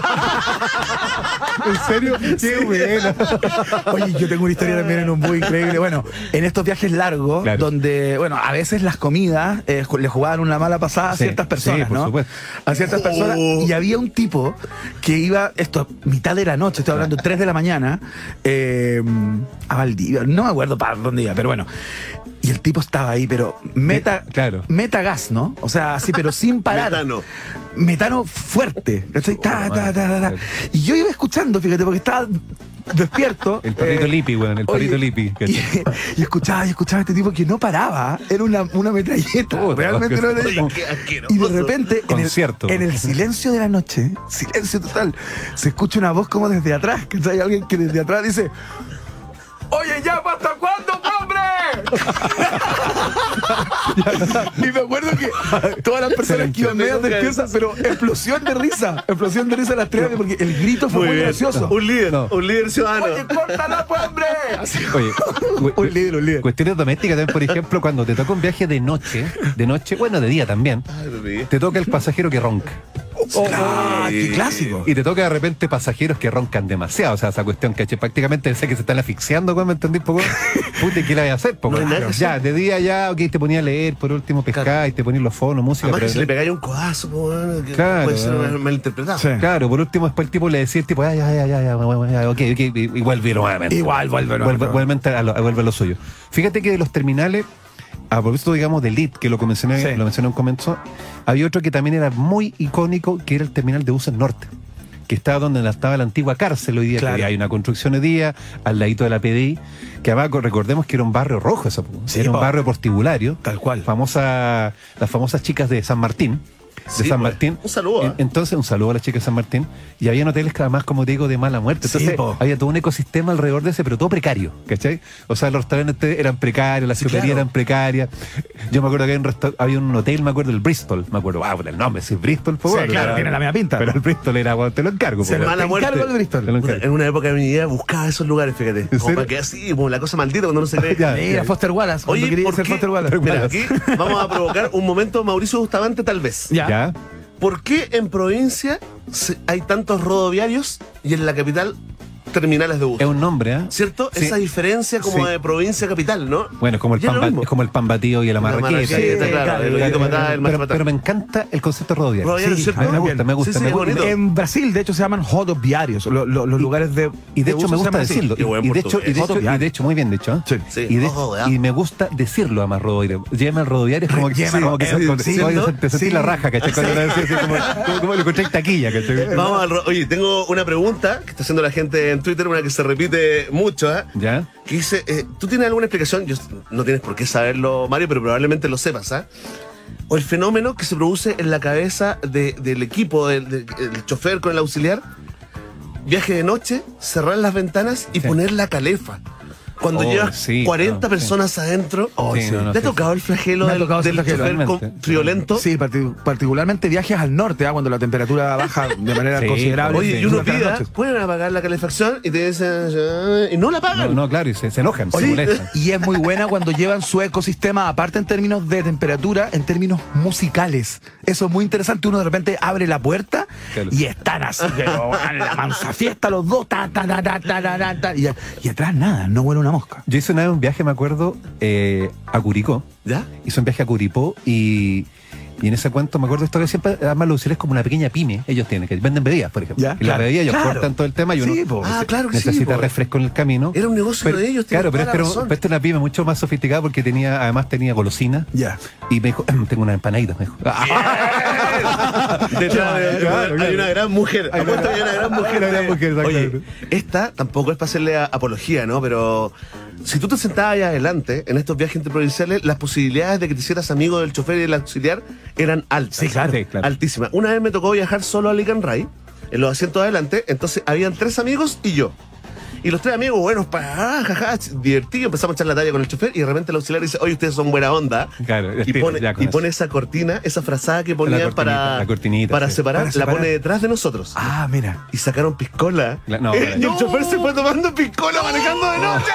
¿En serio? Qué buena. Oye, yo tengo una historia también en un bus increíble. Bueno, en estos viajes largos, Claro. donde, bueno, a veces las comidas eh, ju- le jugaban una mala pasada a Sí, ciertas personas, sí, por ¿no? supuesto. A ciertas personas. Y había un tipo que iba, esto, mitad de la noche, estoy hablando tres de la mañana, eh, a Valdivia, no me acuerdo para dónde iba, pero bueno. Y el tipo estaba ahí, pero meta, Eh, claro. meta gas, ¿no? O sea, así, pero sin parar. Metano. Metano fuerte. ¿cachai? Ta, Oh, ta, ta, ta, ta. madre. Y yo iba escuchando, fíjate, porque estaba despierto. El perrito eh, Lipi, weón, el oye, perrito Lipi. Y, ¿cachai? y escuchaba, y escuchaba a este tipo que no paraba. Era una, una metralleta. Puta, realmente una oye, metralleta. Oye, qué asqueroso. Y de repente, en el, Concierto. en el silencio de la noche, silencio total, se escucha una voz como desde atrás. Que hay alguien que desde atrás dice: Oye, ya, ¿hasta cuándo, hombre? Y me acuerdo que todas las personas que iban medio despiertas, pero explosión de risa, explosión de risa a las tres, porque el grito fue Muy muy, bien. gracioso. Un líder, No. un líder ciudadano. Oye, córtala, pues, hombre. Así. Oye, cu- Un líder, un líder. cuestiones domésticas también, por ejemplo, cuando te toca un viaje de noche, de noche, bueno, de día también, Ay, bebé. te toca el pasajero que ronca. Ah, qué clásico. Y te toca de repente pasajeros que roncan demasiado. O sea, esa cuestión que prácticamente sé que se están asfixiando, ¿me entendí? Poco. Puta, ¿qué le voy a hacer? Po, No hay weón? nada que ya, de día ya, ok, te ponía a leer, por último pescar y te ponías los fonos, música. Además que pero si le pegáis un codazo, po, bueno, que Claro, puede ser bueno. malinterpretado. Sí. Claro, por último después el tipo le decía, el tipo, ya, ya, ya, ya, ya, ya, ya, ok, ok, y, y vuelve nuevamente. Igual, vuelve, no, Vuelve, no. vuelve a lo, vuelve a lo suyo. Fíjate que de los terminales, a propósito, digamos, de Lit, que lo mencioné, Sí. lo mencioné en un comenzó, había otro que también era muy icónico, que era el terminal de buses norte, que estaba donde estaba la antigua cárcel hoy día, Claro. que hay una construcción hoy día, al ladito de la P D I, que abajo recordemos que era un barrio rojo eso, po. Sí, era un po. barrio portibulario. Tal cual. Famosa, las famosas chicas de San Martín. De Sí, San pues. Martín. Un saludo, En- ¿eh? Entonces, un saludo a las chicas de San Martín. Y había hoteles que además, como te digo, de mala muerte. Sí, Entonces, po. había todo un ecosistema alrededor de ese, pero todo precario, ¿cachai? O sea, los restaurantes eran precarios, las Sí, choperías claro. eran precarias. Yo me acuerdo que había un, resta- había un hotel, me acuerdo, el Bristol. Me acuerdo, wow, el nombre, sí, Bristol, por Sí, favor. claro, Era- tiene la misma pinta. Pero el Bristol era, bueno, te lo encargo. Se po, lo weón. Mala te muerte. encargo el Bristol. Te lo Puta, encargo. en una época de mi vida buscaba esos lugares, fíjate. Como serio? para que así, como la cosa maldita cuando no se cree. Ya. Mira, Foster Wallace. cuando Oye, quería ¿por ser qué? Foster Wallace. Mira, aquí vamos a provocar un momento Mauricio Bustamante, tal vez. Ya. ¿Ya? ¿Por qué en provincia se- hay tantos rodoviarios y en la capital terminales de bus? Es un nombre, ¿eh? ¿Cierto? Sí. Esa diferencia como Sí. de provincia a capital, ¿no? Bueno, es como el Ya pan, lo ba- mismo. es como el pan batido y la marraqueta. marraqueta, claro, claro, el hoyito patá, el macho pero, patá. pero me encanta el concepto rodoviario. Rodoviario, Sí, ¿cierto? a mí me gusta, me gusta. Sí, sí, me es gusta. bonito. En Brasil, de hecho, se llaman rodoviarios, lo- lo- los lugares de. Y de hecho buses me se gusta llaman así. decirlo. Qué buen Y, y de hecho, y, de portugués. hecho, y Rodoviario. de hecho, muy bien dicho. ¿eh? Sí. Sí. Y, de- Rodoviario. y me gusta decirlo además rodoviario. Llévame al rodoviario es como que, Llévame, como que eh, se- como- sí, oye, ¿no? se- te sentí Sí. la raja, ¿cachai? Cuando lo decís así, como, como, como lo encontré en taquilla, ¿cachai? Vamos al ro- Oye, tengo una pregunta que está haciendo la gente en Twitter, una que se repite mucho, ¿eh? ¿Ya? Que dice, eh, ¿tú tienes alguna explicación? Yo, no tienes por qué saberlo, Mario, pero probablemente lo sepas, ¿ah? O el fenómeno que se produce en la cabeza de- del equipo, del, del- el chofer con el auxiliar, viaje de noche, cerrar las ventanas y Sí. poner la calefa. Cuando Oh, llevas sí, cuarenta no, personas adentro, Oh, sí, no, no, ¿te ha sí, tocado el flagelo Me ha del, tocado ese del flagelo, chofer con- realmente. friolento? Sí, parti- particularmente viajes al norte, ¿ah? Cuando la temperatura baja de manera Sí, considerable. Oye, Sí, y uno durante las pida, noches. pueden apagar la calefacción y te dicen, "Ah", y no la No, apagan. no, claro, y se, se enojan, se Oye, molestan. y es muy buena cuando llevan su ecosistema, aparte en términos de temperatura, en términos musicales. Eso es muy interesante. Uno de repente abre la puerta Claro. y están así, pero en la mansa fiesta los dos, ta, ta, ta, ta, ta, ta, ta, ta, y, y atrás nada, no huele una mosca. Yo hice una vez un viaje, me acuerdo, eh, a Curicó. ¿Ya? Hice un viaje a Curipó y, y en ese cuento me acuerdo esto que siempre, además los auxiliares es como una pequeña pyme, ellos tienen, que venden bebidas, por ejemplo. Ya, y las claro. bebidas ellos Claro. cortan todo el tema y uno Sí, po. Ah, claro que sí, necesita po. refresco en el camino. Era un negocio Pero- de ellos, tienes Claro, pero toda este la era, razón. pero este era una pyme mucho más sofisticada porque tenía, además tenía golosina. Ya. Y me dijo, tengo una empanadita, me dijo. Detrás de- Claro, hay claro. una gran mujer. Hay una- Apuesto que hay una gran mujer. Hay una gran mujer, Oye, exactamente. esta tampoco es para hacerle a- apología, ¿no? Pero si tú te sentabas ahí adelante en estos viajes interprovinciales, las posibilidades de que te hicieras amigo del chofer y del auxiliar eran altas. Sí, claro. Sí, claro. Altísimas. Una vez me tocó viajar solo a Licanray, en los asientos de adelante, entonces habían tres amigos y yo. Y los tres amigos, buenos, para, jaja, divertido, empezamos a echar la talla con el chofer y de repente el auxiliar dice, oye, ustedes son buena onda. Claro, y estilo, pone, ya con y eso. pone esa cortina, esa frazada que ponían cortinita, para, la cortinita, para, sí. separar, Para separar. la pone detrás de nosotros. Ah, mira. Y sacaron piscola. La- no, Eh, pero- y el chofer se fue tomando piscola manejando de noche.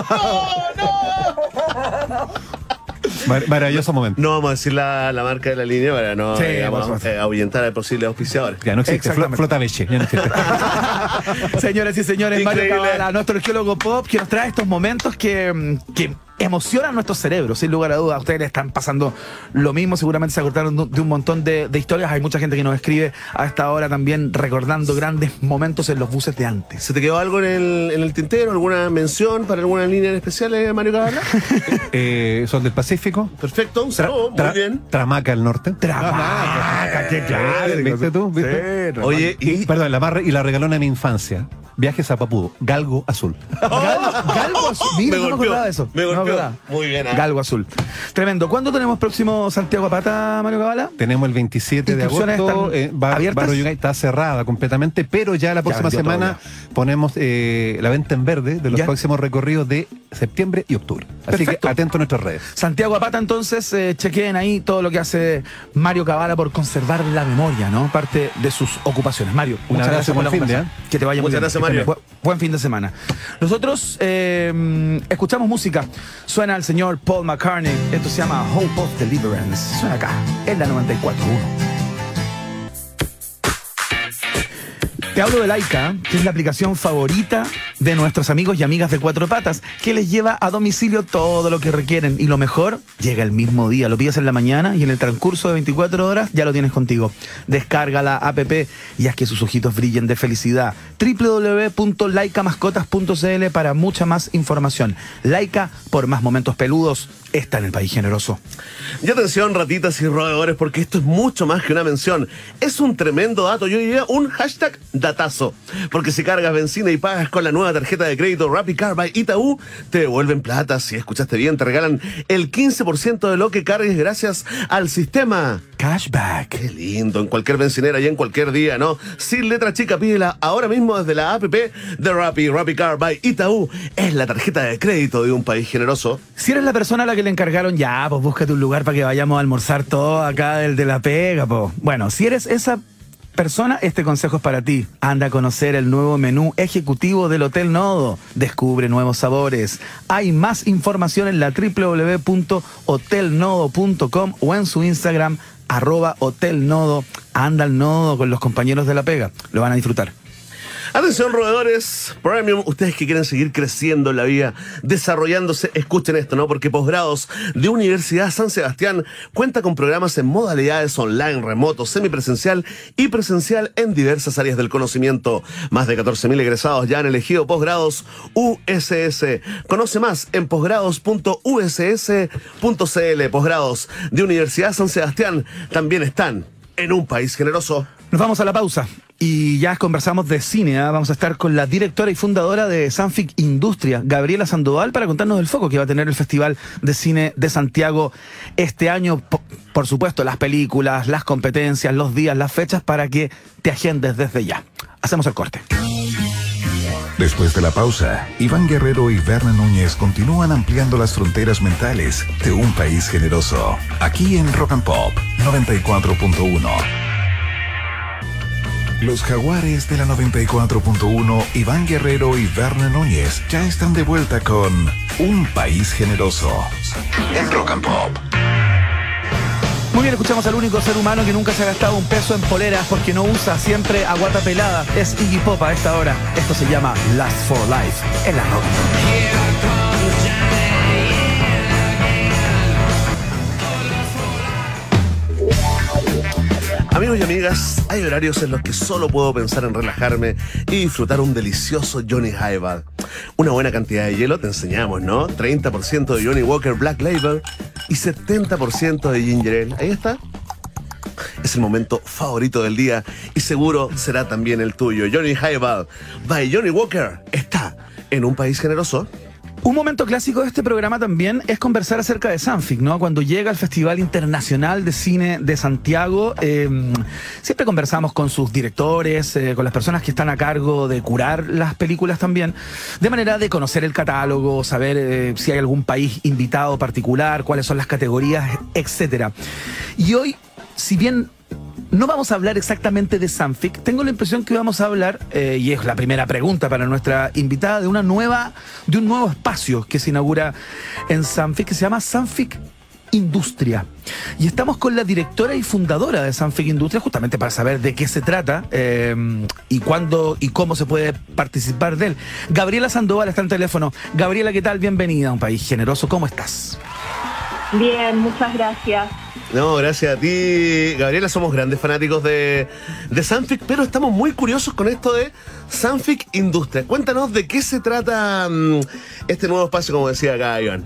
Mar- maravilloso momento. No vamos a decir la, la marca de la línea para no Sí, digamos, por supuesto. eh, ahuyentar a posibles auspiciadores. Ya no existe, flo- Exactamente. flota Beche, ya no existe. Señoras y señores, Mario Increíble. Cabala, nuestro arqueólogo pop, que nos trae estos momentos que, mm, que emocionan nuestros cerebros, sin lugar a dudas. A ustedes les están pasando lo mismo, seguramente se acordaron de de un montón de, de historias. Hay mucha gente que nos escribe a esta hora también recordando grandes momentos en los buses de antes. ¿Se te quedó algo en el, en el tintero? ¿Alguna mención para alguna línea en especial, eh, Mario Cabala? Eh, Sol del Pacífico. Perfecto, un Tra- saludo, muy tra- bien. Tramaca al norte. Tramaca, qué clásico. ¿Viste tú? ¿Viste? Sí, Oye, Y, y perdón, la barra y la regalona de mi infancia. Viajes a Papudo. Galgo azul. Galgo, Galgo azul. Mira, Me no me golpeó, acordaba de eso. me No golpeó. acordaba. Muy bien, ¿eh? Galgo azul. Tremendo. ¿Cuándo tenemos próximo Santiago Apata, Mario Cabala? Tenemos el veintisiete de ¿Inscripciones agosto. están eh, Bar- abiertas? Barrio Yungay está cerrada completamente, pero ya la próxima vendió todo semana ponemos eh, la venta en verde de los Ya. próximos recorridos de septiembre y octubre. Así Perfecto. que atento a nuestras redes. Santiago Apata, entonces, eh, chequeen ahí todo lo que hace Mario Cabala por conservar la memoria, ¿no? Parte de sus ocupaciones. Mario, Un muchas abrazo, gracias por la buen fin de, conversación. Que te vaya muy Muchas bien. gracias, Mario. Bu- Buen fin de semana. Nosotros eh, escuchamos música. Suena el señor Paul McCartney. Esto se llama Hope of Deliverance. Suena acá, en la noventa y cuatro punto uno. Te hablo de Laika, que es la aplicación favorita de nuestros amigos y amigas de Cuatro Patas, que les lleva a domicilio todo lo que requieren. Y lo mejor, llega el mismo día. Lo pides en la mañana y en el transcurso de veinticuatro horas ya lo tienes contigo. Descarga la app y haz que sus ojitos brillen de felicidad. doble u doble u doble u punto laika mascotas punto c l para mucha más información. Laika, por más momentos peludos, está en el país generoso. Y atención, ratitas y roedores, porque esto es mucho más que una mención. Es un tremendo dato, yo diría un hashtag datazo. Porque si cargas benzina y pagas con la nueva tarjeta de crédito Rappi Car by Itaú, te devuelven plata. Si escuchaste bien, te regalan el quince por ciento de lo que cargues gracias al sistema. Cashback. Qué lindo, en cualquier bencinera y en cualquier día, ¿no? Sin letra chica, pídela ahora mismo desde la app de Rappi, Rappi Car by Itaú. Es la tarjeta de crédito de un país generoso. Si eres la persona a la que le encargaron, ya, pues búscate un lugar para que vayamos a almorzar todo acá del de la pega, pues. Bueno, si eres esa persona, este consejo es para ti. Anda a conocer el nuevo menú ejecutivo del Hotel Nodo. Descubre nuevos sabores. Hay más información en la doble u doble u doble u punto hotel nodo punto com o en su Instagram, arroba Hotel Nodo. Anda al Nodo con los compañeros de la pega. Lo van a disfrutar. Atención, roedores premium, ustedes que quieren seguir creciendo en la vida, desarrollándose, escuchen esto, ¿no? Porque Posgrados de Universidad San Sebastián cuenta con programas en modalidades online, remoto, semipresencial y presencial en diversas áreas del conocimiento. Más de catorce mil egresados ya han elegido Posgrados U S S. Conoce más en posgrados punto u s s punto c l. Posgrados de Universidad San Sebastián también están en un país generoso. Nos vamos a la pausa y ya conversamos de cine, ¿eh? Vamos a estar con la directora y fundadora de Sanfic Industria, Gabriela Sandoval, para contarnos del foco que va a tener el Festival de Cine de Santiago este año. Por, por supuesto, las películas, las competencias, los días, las fechas, para que te agendes desde ya. Hacemos el corte. Después de la pausa, Iván Guerrero y Verne Núñez continúan ampliando las fronteras mentales de un país generoso. Aquí en Rock and Pop noventa y cuatro punto uno. Los jaguares de la noventa y cuatro punto uno, Iván Guerrero y Verne Núñez, ya están de vuelta con Un País Generoso en Rock and Pop. Muy bien, escuchamos al único ser humano que nunca se ha gastado un peso en poleras porque no usa siempre a guata pelada. Es Iggy Pop a esta hora. Esto se llama Last for Life en la Rock and Pop. Amigos y amigas, hay horarios en los que solo puedo pensar en relajarme y disfrutar un delicioso Johnny Highball. Una buena cantidad de hielo, te enseñamos, ¿no? treinta por ciento de Johnny Walker Black Label y setenta por ciento de Ginger Ale. Ahí está. Es el momento favorito del día y seguro será también el tuyo. Johnny Highball by Johnny Walker está en un país generoso. Un momento clásico de este programa también es conversar acerca de Sanfic, ¿no? Cuando llega al Festival Internacional de Cine de Santiago, eh, siempre conversamos con sus directores, eh, con las personas que están a cargo de curar las películas también, de manera de conocer el catálogo, saber eh, si hay algún país invitado particular, cuáles son las categorías, etcétera. Y hoy, si bien no vamos a hablar exactamente de Sanfic, tengo la impresión que vamos a hablar, eh, y es la primera pregunta para nuestra invitada, de una nueva, de un nuevo espacio que se inaugura en Sanfic, que se llama Sanfic Industria. Y estamos con la directora y fundadora de Sanfic Industria justamente para saber de qué se trata eh, y cuándo y cómo se puede participar de él. Gabriela Sandoval está en teléfono. Gabriela, ¿qué tal? Bienvenida a Un País Generoso. ¿Cómo estás? Bien, muchas gracias. No, gracias a ti, Gabriela. Somos grandes fanáticos de, de Sanfic, pero estamos muy curiosos con esto de Sanfic Industria. Cuéntanos de qué se trata um, este nuevo espacio, como decía acá Iván.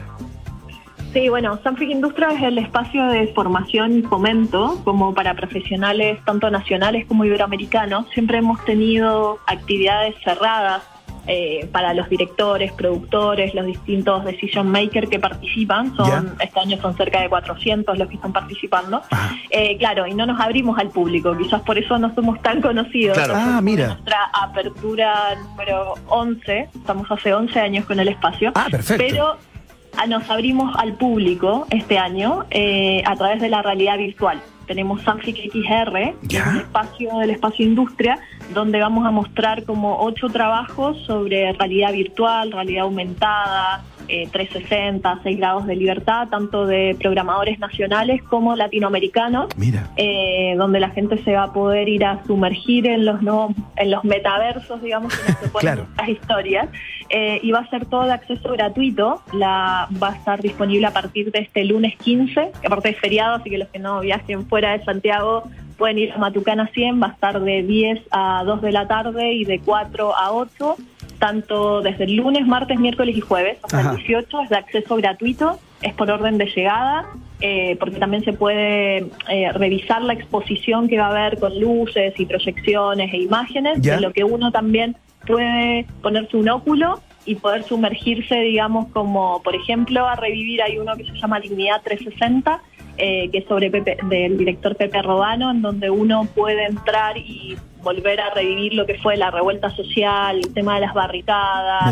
Sí, bueno, Sanfic Industria es el espacio de formación y fomento como para profesionales tanto nacionales como iberoamericanos. Siempre hemos tenido actividades cerradas Eh, para los directores, productores, los distintos decision makers que participan. Son ¿Ya? Este año son cerca de cuatrocientos los que están participando. Eh, claro, y no nos abrimos al público, quizás por eso no somos tan conocidos. Claro. Ah, mira. Nuestra apertura número once, estamos hace once años con el espacio. Ah, perfecto. Pero ah, nos abrimos al público este año eh, a través de la realidad virtual. Tenemos Sanfic X R, que es un espacio del espacio industria, donde vamos a mostrar como ocho trabajos sobre realidad virtual, realidad aumentada, eh, trescientos sesenta, seis grados de libertad, tanto de programadores nacionales como latinoamericanos. Mira. Eh, donde la gente se va a poder ir a sumergir en los no, en los metaversos, digamos, en los que pueden Claro. las historias. Eh, y va a ser todo de acceso gratuito. La va a estar disponible a partir de este lunes quince, que aparte es feriado, así que los que no viajen fuera de Santiago pueden ir a Matucana cien. Va a estar de diez a dos de la tarde y de cuatro a ocho, tanto desde el lunes, martes, miércoles y jueves hasta Ajá. el dieciocho. Es de acceso gratuito, es por orden de llegada, eh, porque también se puede eh, revisar la exposición que va a haber con luces y proyecciones e imágenes, ¿Ya? de lo que uno también puede ponerse un óculo y poder sumergirse, digamos, como por ejemplo a revivir. Hay uno que se llama Dignidad trescientos sesenta, eh, que es sobre Pepe, del director Pepe Robano, en donde uno puede entrar y volver a revivir lo que fue la revuelta social, el tema de las barricadas, Mira.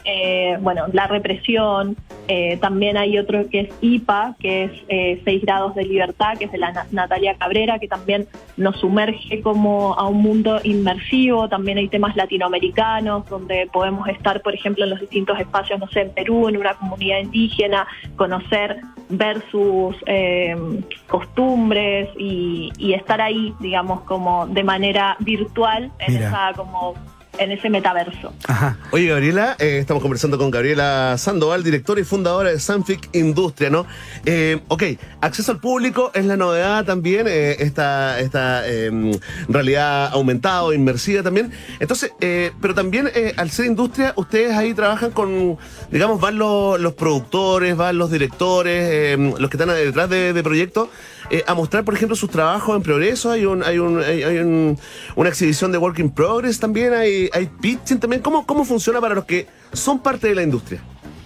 eh, bueno, la represión. Eh, también hay otro que es I P A, que es eh, Seis grados de libertad, que es de la Na- Natalia Cabrera, que también nos sumerge como a un mundo inmersivo. También hay temas latinoamericanos, donde podemos estar, por ejemplo, en los distintos espacios, no sé, en Perú, en una comunidad indígena, conocer, ver sus eh, costumbres y, y estar ahí, digamos, como de manera virtual en Mira. esa como en ese metaverso. Ajá. Oye, Gabriela, eh, estamos conversando con Gabriela Sandoval, directora y fundadora de Sanfic Industria, ¿no? Eh, ok, acceso al público es la novedad también, eh, esta, esta eh, realidad aumentada o inmersiva también. Entonces, eh, pero también eh, al ser industria, ustedes ahí trabajan con, digamos, van los, los productores, van los directores, eh, los que están detrás de, de proyectos, eh, a mostrar, por ejemplo, sus trabajos en progreso. Hay un, hay un, hay, hay un, una exhibición de work in progress también, hay, hay pitching también. ¿Cómo, cómo funciona para los que son parte de la industria?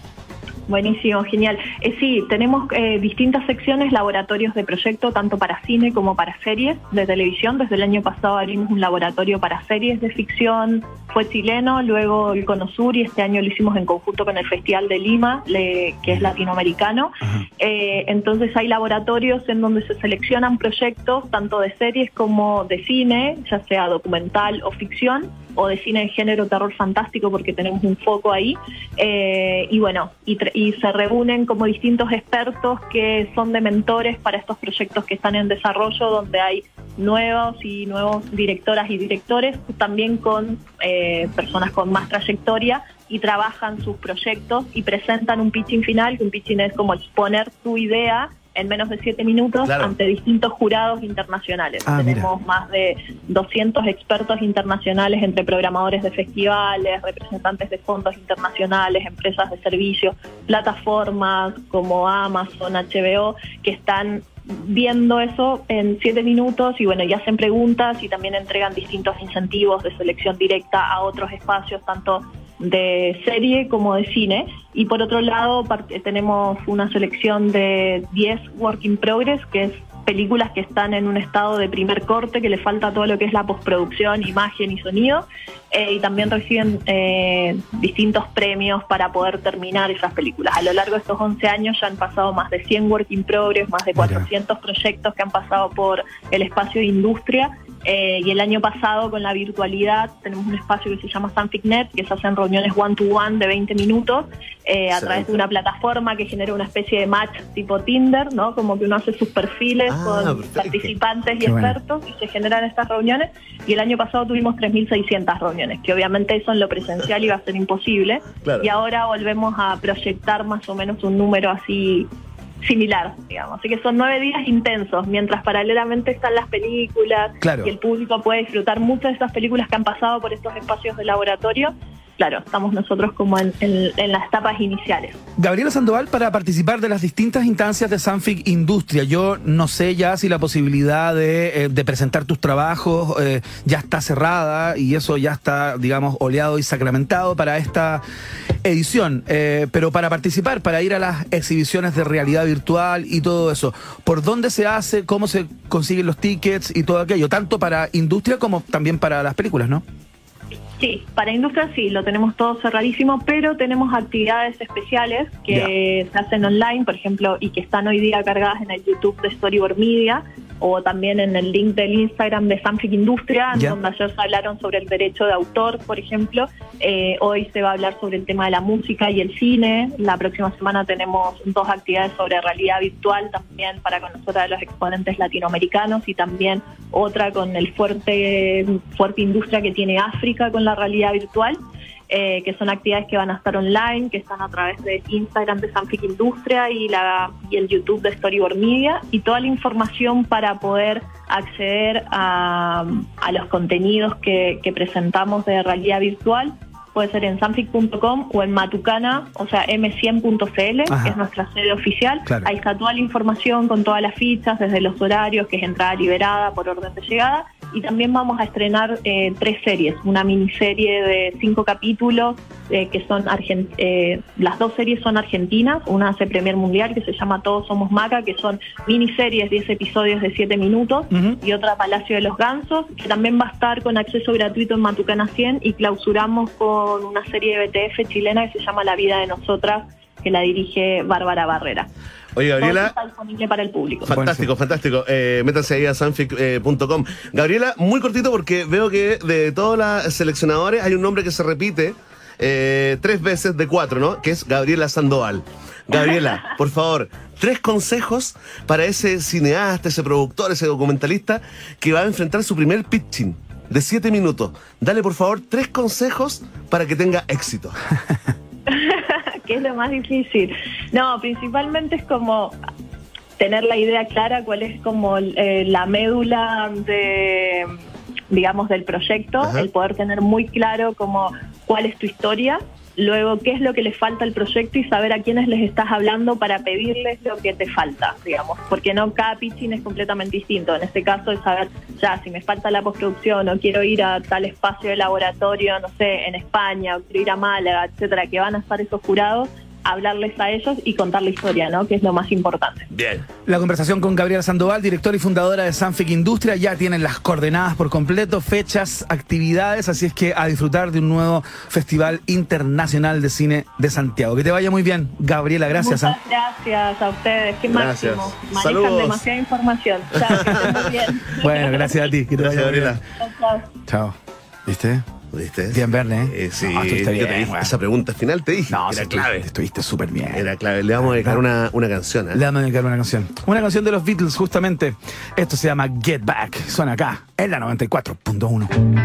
Buenísimo, genial. Eh, sí, tenemos eh, distintas secciones, laboratorios de proyecto, tanto para cine como para series de televisión. Desde el año pasado abrimos un laboratorio para series de ficción, fue chileno, luego el Cono Sur, y este año lo hicimos en conjunto con el Festival de Lima, le, que es latinoamericano. Eh, entonces hay laboratorios en donde se seleccionan proyectos, tanto de series como de cine, ya sea documental o ficción, o de cine de género, terror fantástico, porque tenemos un foco ahí. Eh, y bueno, y, y se reúnen como distintos expertos que son de mentores para estos proyectos que están en desarrollo, donde hay nuevos y nuevos directoras y directores, también con eh, personas con más trayectoria, y trabajan sus proyectos y presentan un pitching final, que un pitching es como exponer tu idea en menos de siete minutos, claro, ante distintos jurados internacionales. Ah, Tenemos mira. más de doscientos expertos internacionales, entre programadores de festivales, representantes de fondos internacionales, empresas de servicios, plataformas como Amazon, H B O, que están viendo eso en siete minutos y bueno, y hacen preguntas y también entregan distintos incentivos de selección directa a otros espacios, tanto de serie como de cine. Y por otro lado part- tenemos una selección de diez work in progress, que es películas que están en un estado de primer corte, que le falta todo lo que es la postproducción, imagen y sonido, eh, y también reciben eh, distintos premios para poder terminar esas películas. A lo largo de estos once años ya han pasado más de cien work in progress, más de cuatrocientos proyectos que han pasado por el espacio de industria, eh, y el año pasado, con la virtualidad, tenemos un espacio que se llama SanficNet, que se hacen reuniones one to one de veinte minutos, eh, a Sí. través de una plataforma que genera una especie de match tipo Tinder, ¿no? Como que uno hace sus perfiles Ah, con perfecto. participantes y Qué bueno. expertos, y se generan estas reuniones. Y el año pasado tuvimos tres mil seiscientas reuniones, que obviamente eso en lo presencial iba a ser imposible. Claro. Y ahora volvemos a proyectar más o menos un número así similar, digamos. Así que son nueve días intensos, mientras paralelamente están las películas, Claro. y el público puede disfrutar muchas de esas películas que han pasado por estos espacios de laboratorio. Claro, estamos nosotros como en, en, en las etapas iniciales. Gabriela Sandoval, para participar de las distintas instancias de Sanfic Industria, yo no sé ya si la posibilidad de, eh, de presentar tus trabajos eh, ya está cerrada y eso ya está, digamos, oleado y sacramentado para esta edición, eh, pero para participar, para ir a las exhibiciones de realidad virtual y todo eso, ¿por dónde se hace? ¿Cómo se consiguen los tickets y todo aquello? Tanto para industria como también para las películas, ¿no? Sí, para industria sí, lo tenemos todo cerradísimo, pero tenemos actividades especiales que se hacen online, por ejemplo, y que están hoy día cargadas en el YouTube de Storyboard Media, o también en el link del Instagram de Sanfic Industria, Ya. donde ayer se hablaron sobre el derecho de autor, por ejemplo. Eh, hoy se va a hablar sobre el tema de la música y el cine. La próxima semana tenemos dos actividades sobre realidad virtual también para conocer a los exponentes latinoamericanos, y también otra con el fuerte, fuerte industria que tiene África con la realidad virtual. Eh, que son actividades que van a estar online, que están a través de Instagram de Sanfic Industria y, la, y el YouTube de Storyboard Media, y toda la información para poder acceder a, a los contenidos que, que presentamos de realidad virtual puede ser en sanfic punto com o en Matucana, o sea, eme cien punto ce ele, Ajá. que es nuestra sede oficial. Claro. Ahí está toda la información con todas las fichas, desde los horarios, que es entrada liberada por orden de llegada, y también vamos a estrenar eh, tres series, una miniserie de cinco capítulos eh, que son argent eh, las dos series son argentinas, una hace Premier Mundial que se llama Todos Somos Maca, que son miniseries, diez episodios de siete minutos, uh-huh. y otra Palacio de los Gansos, que también va a estar con acceso gratuito en Matucana cien, y clausuramos con una serie de B T F chilena que se llama La Vida de Nosotras, que la dirige Bárbara Barrera. Oye, Gabriela, está disponible para el público. Fantástico, fantástico. Eh, métanse ahí a sanfic punto com. Gabriela, muy cortito porque veo que de todos los seleccionadores hay un nombre que se repite eh, tres veces de cuatro, ¿no? Que es Gabriela Sandoval. Gabriela, por favor, tres consejos para ese cineasta, ese productor, ese documentalista que va a enfrentar su primer pitching de siete minutos. Dale, por favor, tres consejos para que tenga éxito. Que es lo más difícil. No, principalmente es como tener la idea clara cuál es como eh, la médula de, digamos, del proyecto, Ajá. el poder tener muy claro como cuál es tu historia, luego qué es lo que le falta al proyecto y saber a quiénes les estás hablando para pedirles lo que te falta, digamos, porque no cada pitching es completamente distinto. En este caso es saber, ya, si me falta la postproducción o quiero ir a tal espacio de laboratorio, no sé, en España, o quiero ir a Málaga, etcétera, que van a estar esos jurados, hablarles a ellos y contar la historia, ¿no? Que es lo más importante. Bien. La conversación con Gabriela Sandoval, directora y fundadora de Sanfic Industria. Ya tienen las coordenadas por completo, fechas, actividades, así es que a disfrutar de un nuevo Festival Internacional de Cine de Santiago. Que te vaya muy bien, Gabriela, gracias. Muchas gracias a ustedes, qué Gracias. máximo. Manejan Saludos. demasiada información. Chao, que estén muy bien. Bueno, gracias a ti. Que te Gracias, vaya muy Gabriela. bien. Chao, chao. Chao. ¿Viste? ¿Viste? Bien, Verne, ¿eh? Eh, sí, No, estuviste yo te bien, dije, bueno. esa pregunta final te dije. No, era sí, clave. Estuviste, estuviste súper bien. Era clave. Le vamos a dedicar una, una canción. ¿eh? Le vamos a dedicar una canción. Una canción de los Beatles, justamente. Esto se llama Get Back. Suena acá, en la noventa y cuatro punto uno.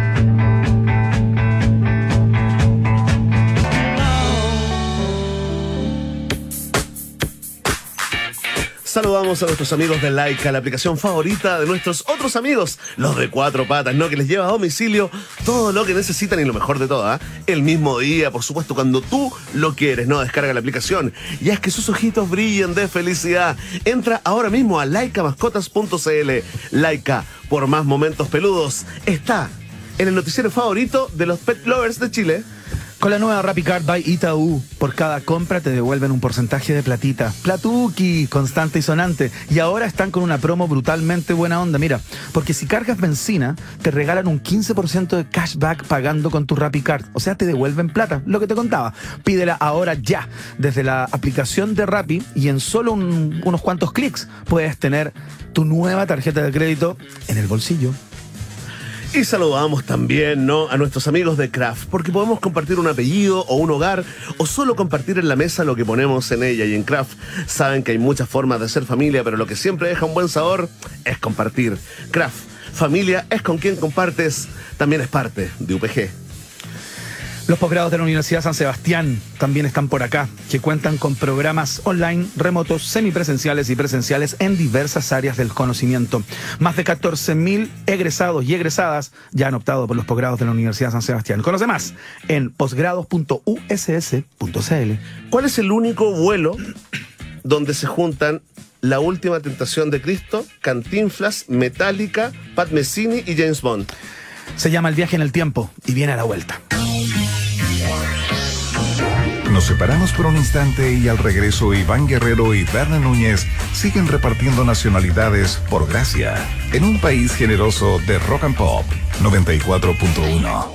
Saludamos a nuestros amigos de Laika, la aplicación favorita de nuestros otros amigos, los de Cuatro Patas, ¿no? Que les lleva a domicilio todo lo que necesitan y lo mejor de todo, ¿eh? El mismo día, por supuesto, cuando tú lo quieres, ¿no? Descarga la aplicación y haz que sus ojitos brillen de felicidad. Entra ahora mismo a laika mascotas punto c l. Laika, por más momentos peludos, está en el noticiero favorito de los pet lovers de Chile. Con la nueva RappiCard by Itaú, por cada compra te devuelven un porcentaje de platita. Platuki, constante y sonante. Y ahora están con una promo brutalmente buena onda, mira. Porque si cargas benzina, te regalan un quince por ciento de cashback pagando con tu RappiCard. O sea, te devuelven plata, lo que te contaba. Pídela ahora ya, desde la aplicación de Rappi, y en solo un, unos cuantos clics puedes tener tu nueva tarjeta de crédito en el bolsillo. Y saludamos también, ¿no?, a nuestros amigos de Kraft, porque podemos compartir un apellido o un hogar, o solo compartir en la mesa lo que ponemos en ella. Y en Kraft saben que hay muchas formas de ser familia, pero lo que siempre deja un buen sabor es compartir. Kraft, familia es con quien compartes, también es parte de U P G. Los posgrados de la Universidad San Sebastián también están por acá, que cuentan con programas online, remotos, semipresenciales y presenciales en diversas áreas del conocimiento. Más de catorce mil egresados y egresadas ya han optado por los posgrados de la Universidad San Sebastián. Conoce más en posgrados punto u s s punto c l. ¿Cuál es el único vuelo donde se juntan La Última Tentación de Cristo, Cantinflas, Metallica, Pat Messini y James Bond? Se llama El Viaje en el Tiempo y viene a la vuelta. Nos separamos por un instante y al regreso Iván Guerrero y Berna Núñez siguen repartiendo nacionalidades por gracia en un país generoso de Rock and Pop noventa y cuatro punto uno.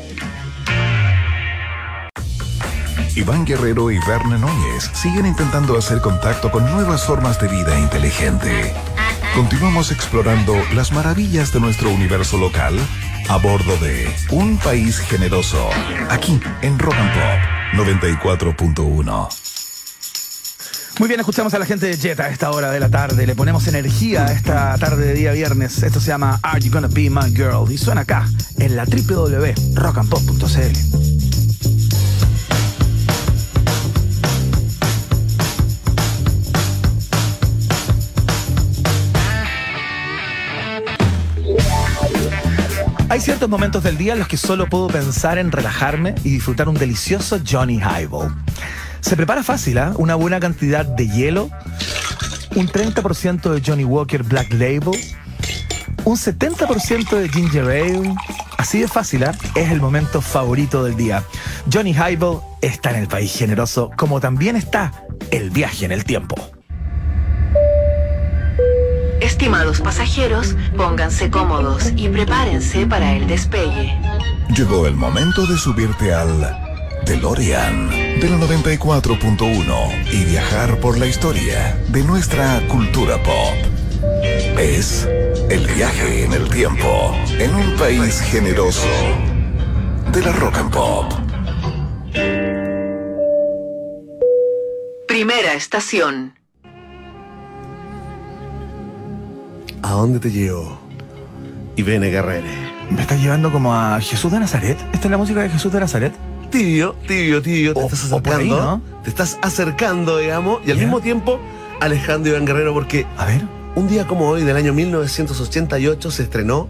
Iván Guerrero y Berna Núñez siguen intentando hacer contacto con nuevas formas de vida inteligente. Continuamos explorando las maravillas de nuestro universo local a bordo de Un País Generoso, aquí en Rock and Pop noventa y cuatro punto uno. Muy bien, escuchamos a la gente de Jet a esta hora de la tarde. Le ponemos energía a esta tarde de día viernes. Esto se llama Are You Gonna Be My Girl? Y suena acá en la doble u doble u doble u punto rock and pop punto c l. Hay ciertos momentos del día en los que solo puedo pensar en relajarme y disfrutar un delicioso Johnny Highball. Se prepara fácil, ¿eh? Una buena cantidad de hielo, un treinta por ciento de Johnny Walker Black Label, un setenta por ciento de ginger ale. Así de fácil, ¿eh? Es el momento favorito del día. Johnny Highball está en el país generoso, como también está el viaje en el tiempo. Estimados pasajeros, pónganse cómodos y prepárense para el despegue. Llegó el momento de subirte al DeLorean de la noventa y cuatro punto uno y viajar por la historia de nuestra cultura pop. Es el viaje en el tiempo en un país generoso de la rock and pop. Primera estación. ¿A dónde te llevo? Ivene Guerrero. ¿Me estás llevando como a Jesús de Nazaret? ¿Esta es la música de Jesús de Nazaret? Tibio, tibio, tibio, te O- estás o por ahí, acercando, ¿no? te estás acercando, digamos, y al Ya. mismo tiempo Alejandro Iván Guerrero, porque A ver. un día como hoy del año mil novecientos ochenta y ocho se estrenó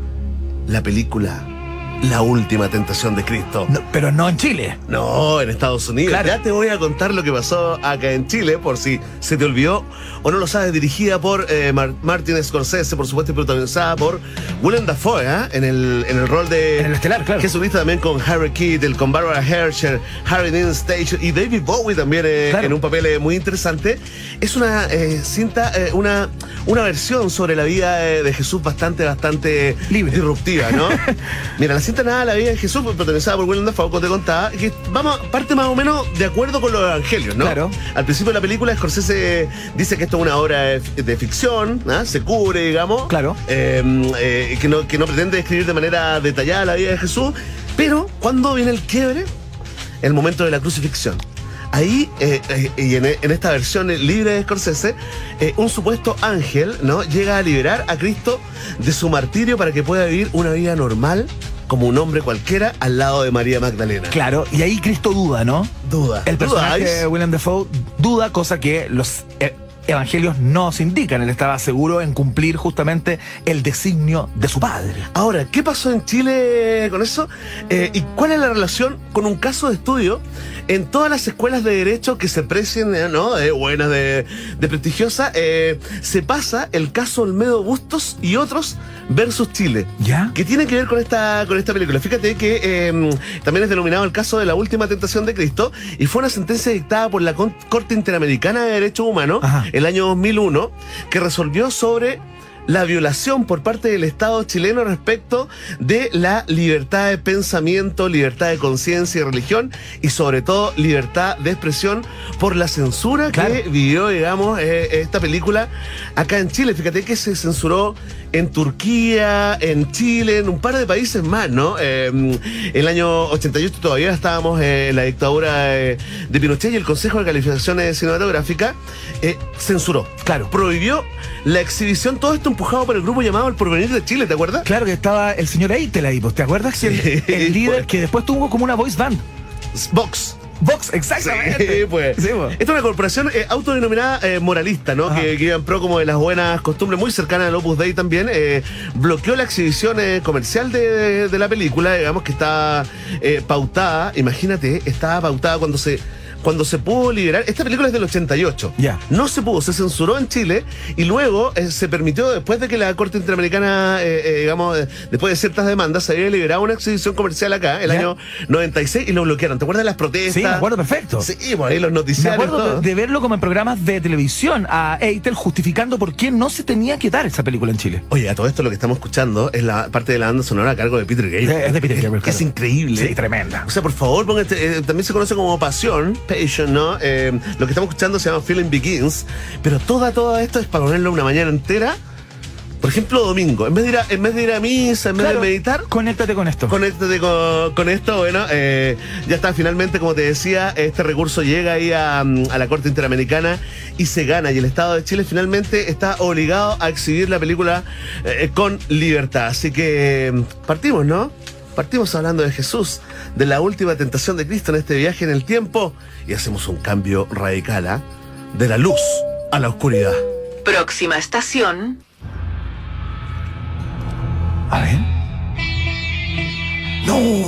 la película La Última Tentación de Cristo. No, pero no en Chile. No, en Estados Unidos. Claro. Ya te voy a contar lo que pasó acá en Chile, por si se te olvidó o no lo sabes. Dirigida por eh, Mar- Martin Scorsese, por supuesto, y protagonizada por Willem Dafoe, ¿eh? en, el, en el rol de En el estelar, claro. Jesucristo, también con Harry Keitel, con Barbara Hershey, Harry Dean Stanton y David Bowie también eh, Claro. en un papel eh, muy interesante. Es una eh, cinta, eh, una, una versión sobre la vida eh, de Jesús bastante, bastante Libre. disruptiva, ¿no? Mira, la cinta nada, la vida de Jesús, protagonizada por Willem Dafoe, como te contaba, que vamos, parte más o menos de acuerdo con los evangelios, ¿no? Claro. Al principio de la película, Scorsese dice que esto es una obra de, de ficción, ¿ah? Se cubre, digamos. Claro. Eh, eh, que, no, que no pretende describir de manera detallada la vida de Jesús, pero cuando viene el quiebre, el momento de la crucifixión. Ahí, eh, eh, y en, en esta versión libre de Scorsese, eh, un supuesto ángel, ¿no? llega a liberar a Cristo de su martirio para que pueda vivir una vida normal, como un hombre cualquiera, al lado de María Magdalena. Claro, y ahí Cristo duda, ¿no? Duda. El personaje ¿Dudáis? de Willem Dafoe duda, cosa que los eh, evangelios nos indican. Él estaba seguro en cumplir justamente el designio de su padre. Ahora, ¿qué pasó en Chile con eso? Eh, ¿Y cuál es la relación con un caso de estudio en todas las escuelas de derecho que se precien, eh, ¿no? De buenas, de, de prestigiosas? Eh, se pasa el caso Olmedo Bustos y otros versus Chile. ¿Ya? ¿Qué tiene que ver con esta, con esta película? Fíjate que eh, también es denominado el caso de La Última Tentación de Cristo y fue una sentencia dictada por la Con- Corte Interamericana de Derechos Humanos Ajá. el año dos mil uno, que resolvió sobre la violación por parte del Estado chileno respecto de la libertad de pensamiento, libertad de conciencia y religión y sobre todo libertad de expresión por la censura Claro. que vivió, digamos, eh, esta película acá en Chile. Fíjate que se censuró en Turquía, en Chile, en un par de países más, ¿no? Eh, el año ochenta y ocho todavía estábamos eh, en la dictadura de, de Pinochet y el Consejo de Calificaciones Cinematográficas eh, censuró. Claro. Prohibió la exhibición, todo esto empujado por el grupo llamado El Porvenir de Chile, ¿te acuerdas? Claro que estaba el señor Eitel ahí, ¿te acuerdas? Que el, Sí, el líder pues. que después tuvo como una voice band. Vox. Vox, exactamente. Sí, pues. Sí, pues. Esta es una corporación eh, autodenominada eh, moralista, ¿no? Ajá. Que, que iba en pro como de las buenas costumbres, muy cercana al Opus Dei también. Eh, bloqueó la exhibición eh, comercial de, de- de la película, digamos que está eh, pautada, imagínate, estaba pautada cuando se... Cuando se pudo liberar, esta película es del ochenta y ocho. Ya. No se pudo, se censuró en Chile y luego eh, se permitió, después de que la Corte Interamericana, eh, eh, digamos, eh, después de ciertas demandas, se había liberado una exhibición comercial acá, el Ya. año noventa y seis, y lo bloquearon. ¿Te acuerdas de las protestas? Sí, me acuerdo perfecto. Sí, por ahí los Me noticiarios. acuerdo todo. de, de verlo como en programas de televisión a Eitel justificando por qué no se tenía que dar esa película en Chile. Oye, a todo esto lo que estamos escuchando es la parte de la banda sonora a cargo de Peter Gabriel. Es de Peter Gabriel, Que es claro. increíble. Sí, tremenda. O sea, por favor, pongan este, eh, también se conoce como Pasión, Passion, ¿no? Eh, lo que estamos escuchando se llama Feeling Begins, pero toda, todo esto es para ponerlo una mañana entera. Por ejemplo, domingo, en vez de ir a, en vez de ir a misa, en vez Claro, de meditar, conéctate con esto. conéctate con, con esto. Bueno, eh, ya está, finalmente, como te decía, este recurso llega ahí a, a la Corte Interamericana y se gana. Y el Estado de Chile finalmente está obligado a exhibir la película eh, con libertad. Así que mm, partimos, ¿no? Partimos hablando de Jesús, de la última tentación de Cristo en este viaje en el tiempo y hacemos un cambio radical, ¿ah? De la luz a la oscuridad. Próxima estación. A ver. ¡No!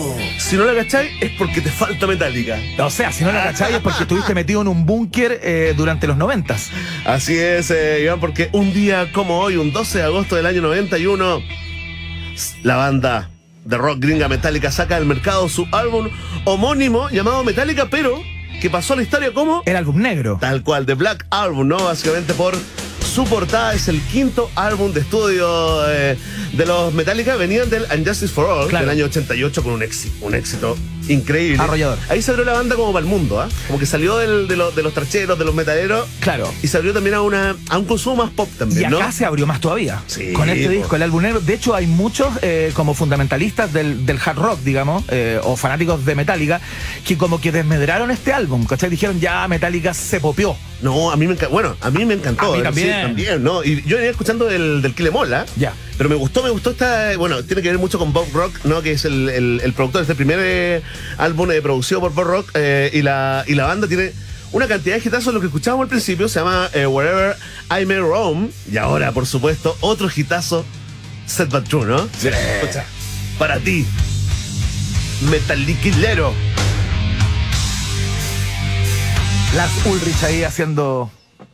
Si no la cacháis, es porque te falta Metallica. O sea, si no la cacháis es porque estuviste metido en un búnker eh, durante los noventas. Así es, eh, Iván, porque un día como hoy, un doce de agosto del año noventa y uno, la banda de rock gringa Metallica saca al mercado su álbum homónimo llamado Metallica, pero que pasó a la historia como El álbum negro. tal cual, The Black Album, ¿no? Básicamente por su portada. Es el quinto álbum de estudio eh, de los Metallica. Venían del And Justice for All, Claro. del año ochenta y ocho, con un éxito, un éxito increíble. Arrollador. Ahí se abrió la banda como para el mundo, ¿ah? Como que salió del- de, los, de los tracheros, de los metaleros. Claro. Y se abrió también a, una, a un consumo más pop también, Y acá ¿no? se abrió más todavía. Sí, con este po. disco, el álbum negro. De hecho, hay muchos eh, como fundamentalistas del, del hard rock, digamos, eh, o fanáticos de Metallica, que como que desmedraron este álbum, ¿cachai? Dijeron, ya, Metallica se popió. No, a mí me encantó. Bueno, a mí me encantó. A mí eh, también. Sí, también, ¿no? Y yo venía escuchando del, del Kill Em All, ¿ah? Ya. Pero me gustó, me gustó esta. Bueno, tiene que ver mucho con Bob Rock, ¿no? Que es el, el, el productor de este primer eh, álbum eh, producido por Bob Rock. eh, y, la, y la banda tiene una cantidad de hitazos. Lo que escuchábamos al principio se llama eh, Wherever I May Roam. Y ahora, por supuesto, otro hitazo, Set But True, ¿no? Sí. Escucha, para ti, Metaliquilero. Lars Ulrich ahí haciendo...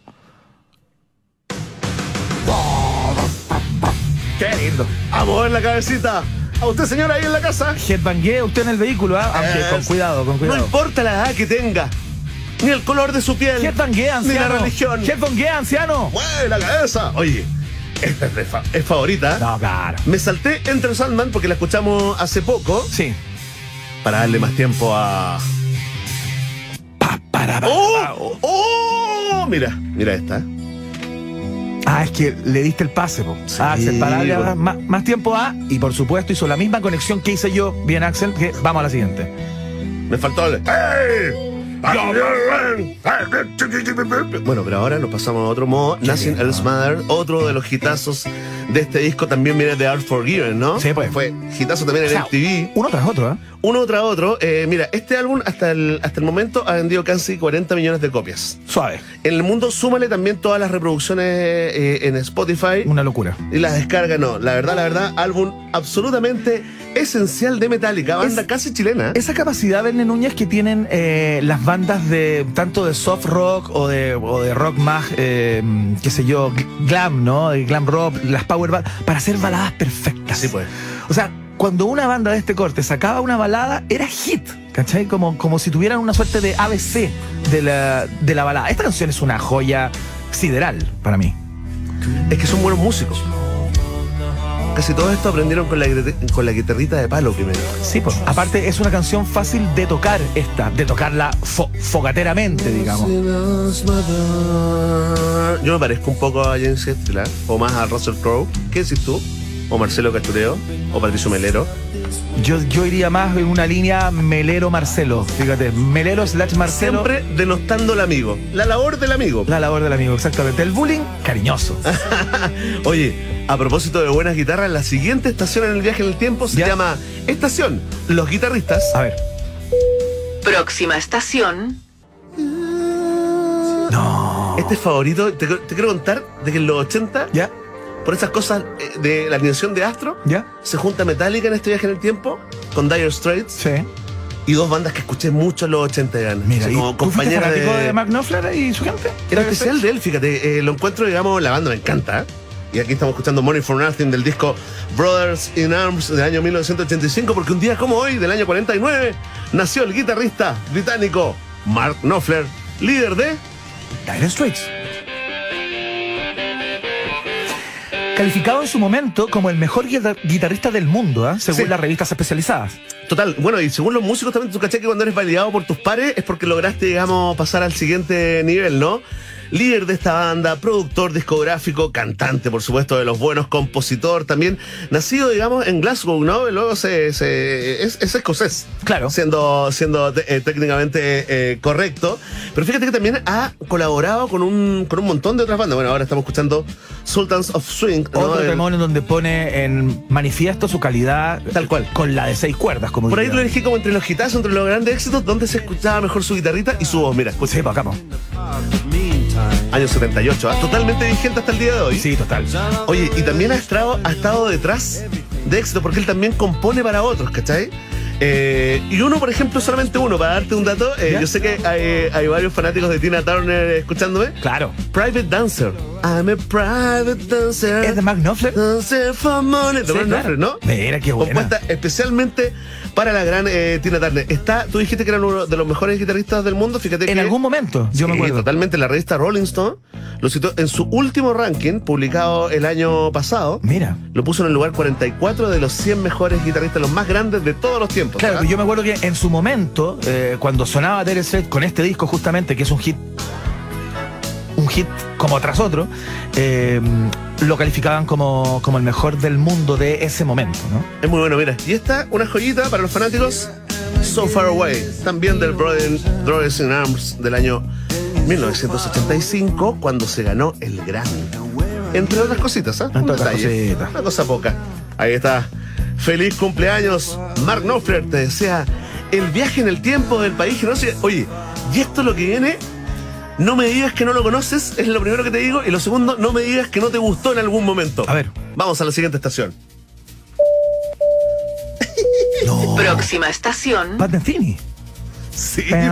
Qué lindo. A mover la cabecita. A usted, señora, ahí en la casa. Headbanguea usted en el vehículo, ¿ah? Aunque Es- con cuidado, con No cuidado. importa la edad que tenga, ni el color de su piel, Headbanguea, ni la anciano. religión. Headbanguea, anciano. ¡Mueve la cabeza! Oye, esta es, de fa- es favorita. No, claro. Me salté Enter Sandman porque la escuchamos hace poco Sí. para darle más tiempo a... Pa, para, pa, pa. ¡Oh! ¡Oh! Mira, mira esta. Ah, es que le diste el pase, po. Sí, Ah, Axel, para darle po. más, más tiempo a... Y por supuesto hizo la misma conexión que hice yo, bien Axel, que vamos a la siguiente. Me faltó el... ¡Hey! Bueno, pero ahora nos pasamos a otro modo. Nothing Else Matters, otro de los hitazos de este disco, también viene de Art Forgiven, ¿no? Sí, pues. Fue hitazo también en O sea, M T V. uno tras otro, ¿eh? Uno tras otro. Eh, mira, este álbum hasta el, hasta el momento ha vendido casi cuarenta millones de copias. Suave. En el mundo, súmale también todas las reproducciones eh, en Spotify. Una locura. Y las descargas, no. La verdad, la verdad, álbum absolutamente esencial de Metallica, banda Es- casi chilena. Esa capacidad, Verne Núñez, que tienen eh, las bandas de tanto de soft rock o de, o de rock más, eh, qué sé yo, glam, ¿no? De glam rock, las power ballads, para hacer baladas perfectas. Sí, pues. O sea, cuando una banda de este corte sacaba una balada, era hit, ¿cachai? Como, como si tuvieran una suerte de A B C de la, de la balada. Esta canción es una joya sideral para mí. Es que son buenos músicos. Casi todo esto aprendieron con la, guitarri- con la guitarrita de palo primero. Sí, pues. Aparte, es una canción fácil de tocar esta, de tocarla fo- fogateramente, digamos. Yo me parezco un poco a James Hetfield, ¿eh? O más a Russell Crowe. ¿Qué decís tú? O Marcelo Castureo, o Patricio Melero. Yo, yo iría más en una línea Melero-Marcelo, fíjate, Melero slash Marcelo. Siempre denostando al amigo. La labor del amigo. La labor del amigo, exactamente. El bullying, cariñoso. Oye, a propósito de buenas guitarras, la siguiente estación en el viaje en el tiempo se Ya. llama Estación Los Guitarristas. A ver. Próxima estación. No. Este es favorito, te, te quiero contar de que en los ochenta, ¿Ya? por esas cosas eh, de la alineación de Astro, ¿Ya? se junta Metallica en este viaje en el tiempo con Dire Straits Sí. y dos bandas que escuché mucho en los ochenta, Iván. Mira, Así ¿y como tú fuiste compañera fanático de, de... Mark Knopfler y su gente? Era especial de él, fíjate, eh, lo encuentro, digamos, la banda me encanta. ¿eh? Y aquí estamos escuchando Money for Nothing del disco Brothers in Arms del año mil novecientos ochenta y cinco, porque un día como hoy, del año cuarenta y nueve, nació el guitarrista británico Mark Knopfler, líder de... Dire Straits. Calificado en su momento como el mejor guitar- guitarrista del mundo, ¿eh? Según Sí. las revistas especializadas. Total, bueno, y según los músicos también, tú caché que cuando eres validado por tus pares es porque lograste, digamos, pasar al siguiente nivel, ¿no? Líder de esta banda, productor discográfico, cantante, por supuesto, de los buenos, compositor también, nacido, digamos, en Glasgow, ¿no? Y luego se, se- es, es escocés. Claro. Siendo, siendo eh, técnicamente eh, correcto. Pero fíjate que también ha colaborado con un, con un montón de otras bandas. Bueno, ahora estamos escuchando Sultans of Swing, ¿no? Otro El- temón en donde pone en manifiesto su calidad Tal cual. con la de seis cuerdas, como Por ahí diría. lo elegí como entre los hitazos, entre los grandes éxitos, donde se escuchaba mejor su guitarrita y su voz. Mira, escucha. Sí, para acá, po. Año setenta y ocho, ¿ah? Totalmente vigente hasta el día de hoy. Sí, total. Oye, y también ha estado, ha estado detrás de éxito, porque él también compone para otros, ¿cachai? Eh, y uno, por ejemplo, solamente uno, para darte un dato, eh, yo sé que hay, hay varios fanáticos de Tina Turner escuchándome. Claro. Private Dancer. I'm a private dancer. ¿Es de Mark Knopfler? Dancer for money. De Sí, Mark claro. Knopfler, ¿no? Mira, qué buena. Compuesta especialmente para la gran eh, Tina Turner. Está, tú dijiste que era uno de los mejores guitarristas del mundo. Fíjate En que, algún momento, yo sí, me acuerdo. Totalmente. La revista Rolling Stone lo citó en su último ranking, publicado el año pasado. Mira. Lo puso en el lugar cuarenta y cuatro de los cien mejores guitarristas, los más grandes de todos los tiempos. Claro, ¿verdad? yo me acuerdo que en su momento, eh, cuando sonaba Dire Straits con este disco justamente, que es un hit, un hit como tras otro, eh, lo calificaban como, como el mejor del mundo de ese momento, ¿no? Es muy bueno, mira. Y esta, una joyita para los fanáticos, So Far Away, también del Brothers, Brothers in Arms del año mil novecientos ochenta y cinco, cuando se ganó el Grammy. Entre otras cositas, ¿ah? ¿eh? Entre otras cositas. Una cosa poca. Ahí está. Feliz cumpleaños, Mark Knopfler. Te desea el viaje en el tiempo del país que no sé. Oye, y esto es lo que viene. No me digas que no lo conoces, es lo primero que te digo. Y lo segundo, no me digas que no te gustó en algún momento. A ver. Vamos a la siguiente estación. No. Próxima estación. Pat Metheny. Sí, pues.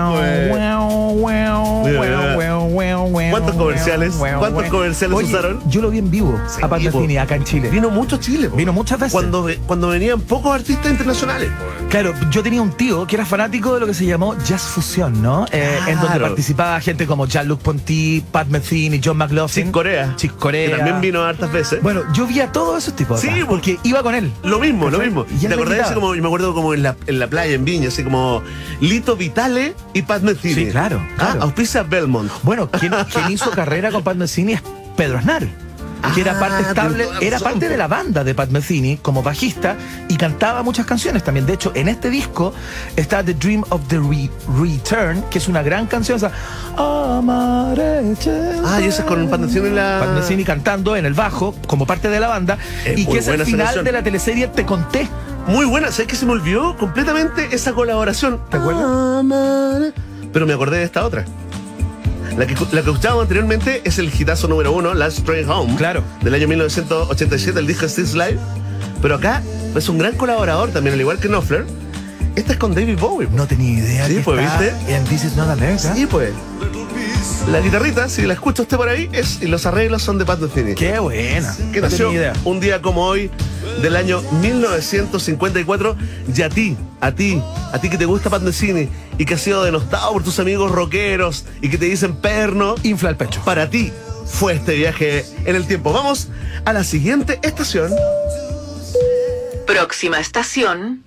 ¿Cuántos comerciales? ¿Cuántos comerciales Oye, usaron? Yo lo vi en vivo Sí, a Pat po. Metheny acá en Chile. Vino mucho a Chile. po. Vino muchas veces. Cuando, ve- cuando venían pocos artistas internacionales. po. Claro, yo tenía un tío que era fanático de lo que se llamó Jazz Fusión, ¿no? Eh, En donde Claro. participaba gente como Jean-Luc Ponty, Pat Metheny, John McLaughlin. Chick Corea. Chick Corea. Que también vino hartas veces. Bueno, yo vi a todos esos tipos. Sí, acá, porque iba con él. Lo mismo, lo ¿Cachai? mismo. Y él ¿Te me acordás? invitaba. Así como, yo me acuerdo como en la, en la playa, en Viña, así como Lito Vitale y Pat Metheny. Sí, claro, claro. Ah, auspicia Belmont. Bueno, quien, quien hizo carrera con Pat Metheny es Pedro Aznar. Que era Ah, parte estable, tienes toda la era razón, parte po. de la banda de Pat Metheny como bajista y cantaba muchas canciones también. De hecho, en este disco está The Dream of the Re- Return, que es una gran canción. O sea, Amarece. Ah, y esa es con Pat Metheny en la... Pat Metheny cantando en el bajo como parte de la banda Es y muy que es el buena esa final canción. de la teleserie Te Conté. Muy buena. ¿Sabes que se me olvidó completamente esa colaboración? ¿Te acuerdas? Amar- Pero me acordé de esta otra. La que, la que escuchábamos anteriormente es el hitazo número uno, Last Train Home. Claro. Del año mil novecientos ochenta y siete, el disco Still Live. Pero acá es un gran colaborador también, al igual que Knopfler. Esta es con David Bowie. No tenía idea. Sí, que pues, está ¿viste? En This Is Not America. Sí, pues. La guitarrita, si la escucha usted por ahí, es, y los arreglos son de Pat Metheny. Qué buena. Que no nació tenía idea. un día como hoy del año mil novecientos cincuenta y cuatro. Y a ti, a ti, a ti que te gusta Pat Metheny y que has sido denostado por tus amigos rockeros y que te dicen perno, Infla el pecho. para ti fue este viaje en el tiempo. Vamos a la siguiente estación. Próxima estación.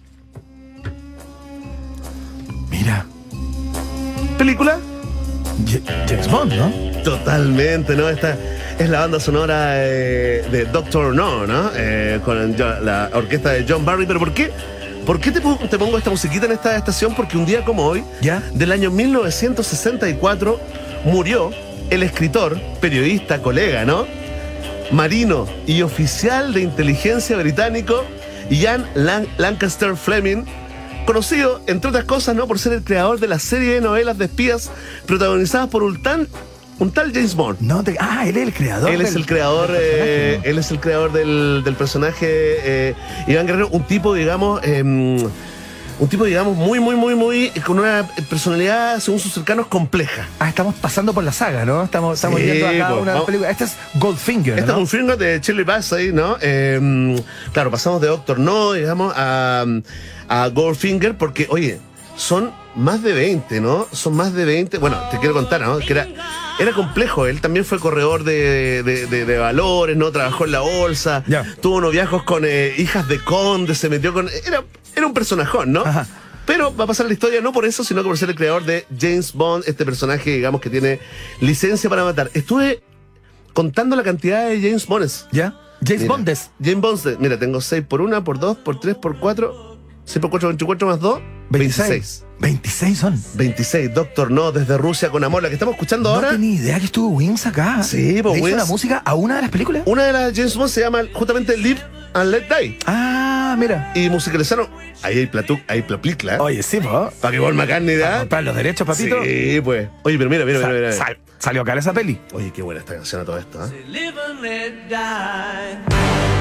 Mira. Película. J- James Bond, ¿no? Totalmente, ¿no? Esta es la banda sonora eh, de Doctor No, ¿no? Eh, con Jo- la orquesta de John Barry. ¿Pero por qué? ¿Por qué te, pu- te pongo esta musiquita en esta estación? Porque un día como hoy, ¿Ya? del año mil novecientos sesenta y cuatro, murió el escritor, periodista, colega, ¿no? Marino y oficial de inteligencia británico Ian Lan- Lancaster Fleming, conocido, entre otras cosas, ¿no?, por ser el creador de la serie de novelas de espías protagonizadas por un, tan, un tal James Bond. No te... Ah, él es el creador. Él es del- el creador, del personaje, eh, ¿no? él es el creador del, del personaje eh, Iván Guerrero, un tipo, digamos, eh, un tipo, digamos, muy, muy, muy, muy, con una personalidad, según sus cercanos, compleja. Ah, estamos pasando por la saga, ¿no? Estamos, estamos Sí, viendo acá pues, una vamos. película. Esta es Goldfinger, Esta ¿no? es un film de Shirley Bassey, ¿no? Eh, claro, pasamos de Doctor No, digamos, a, a Goldfinger, porque, oye, son más de veinte, ¿no? Son más de veinte. Bueno, te quiero contar, ¿no? Que era, era complejo. Él también fue corredor de, de, de- de valores, ¿no? Trabajó en la bolsa. Ya. Tuvo unos viajes con eh, hijas de conde, se metió con... Era, era un personajón, ¿no? Ajá. Pero va a pasar la historia no por eso, sino que por ser el creador de James Bond, este personaje, digamos, que tiene licencia para matar. Estuve contando la cantidad de James Bonds. ¿Ya? James Mira, Bondes. James Bonds, mira, tengo seis por una, por dos, por tres, por cuatro, seis por cuatro, veinticuatro más dos, veintiséis. veintiséis son. veintiséis, Doctor No, desde Rusia con amor, la que estamos escuchando No ahora. tenía idea que estuvo Wings acá. Sí, pues, ¿Le hizo Wings. la música a una de las películas? Una de las James Bond se llama justamente Live and Let Die. Ah, mira. Y musicalizaron, ahí hay platu, hay plaplicla, Oye, sí, po. para que Paul McCartney Para da. comprar los derechos, papito. Sí, pues. Oye, pero mira, mira, mira, Sal- mira. sal- salió cara esa peli. Oye, qué buena esta canción a todo esto, ¿eh?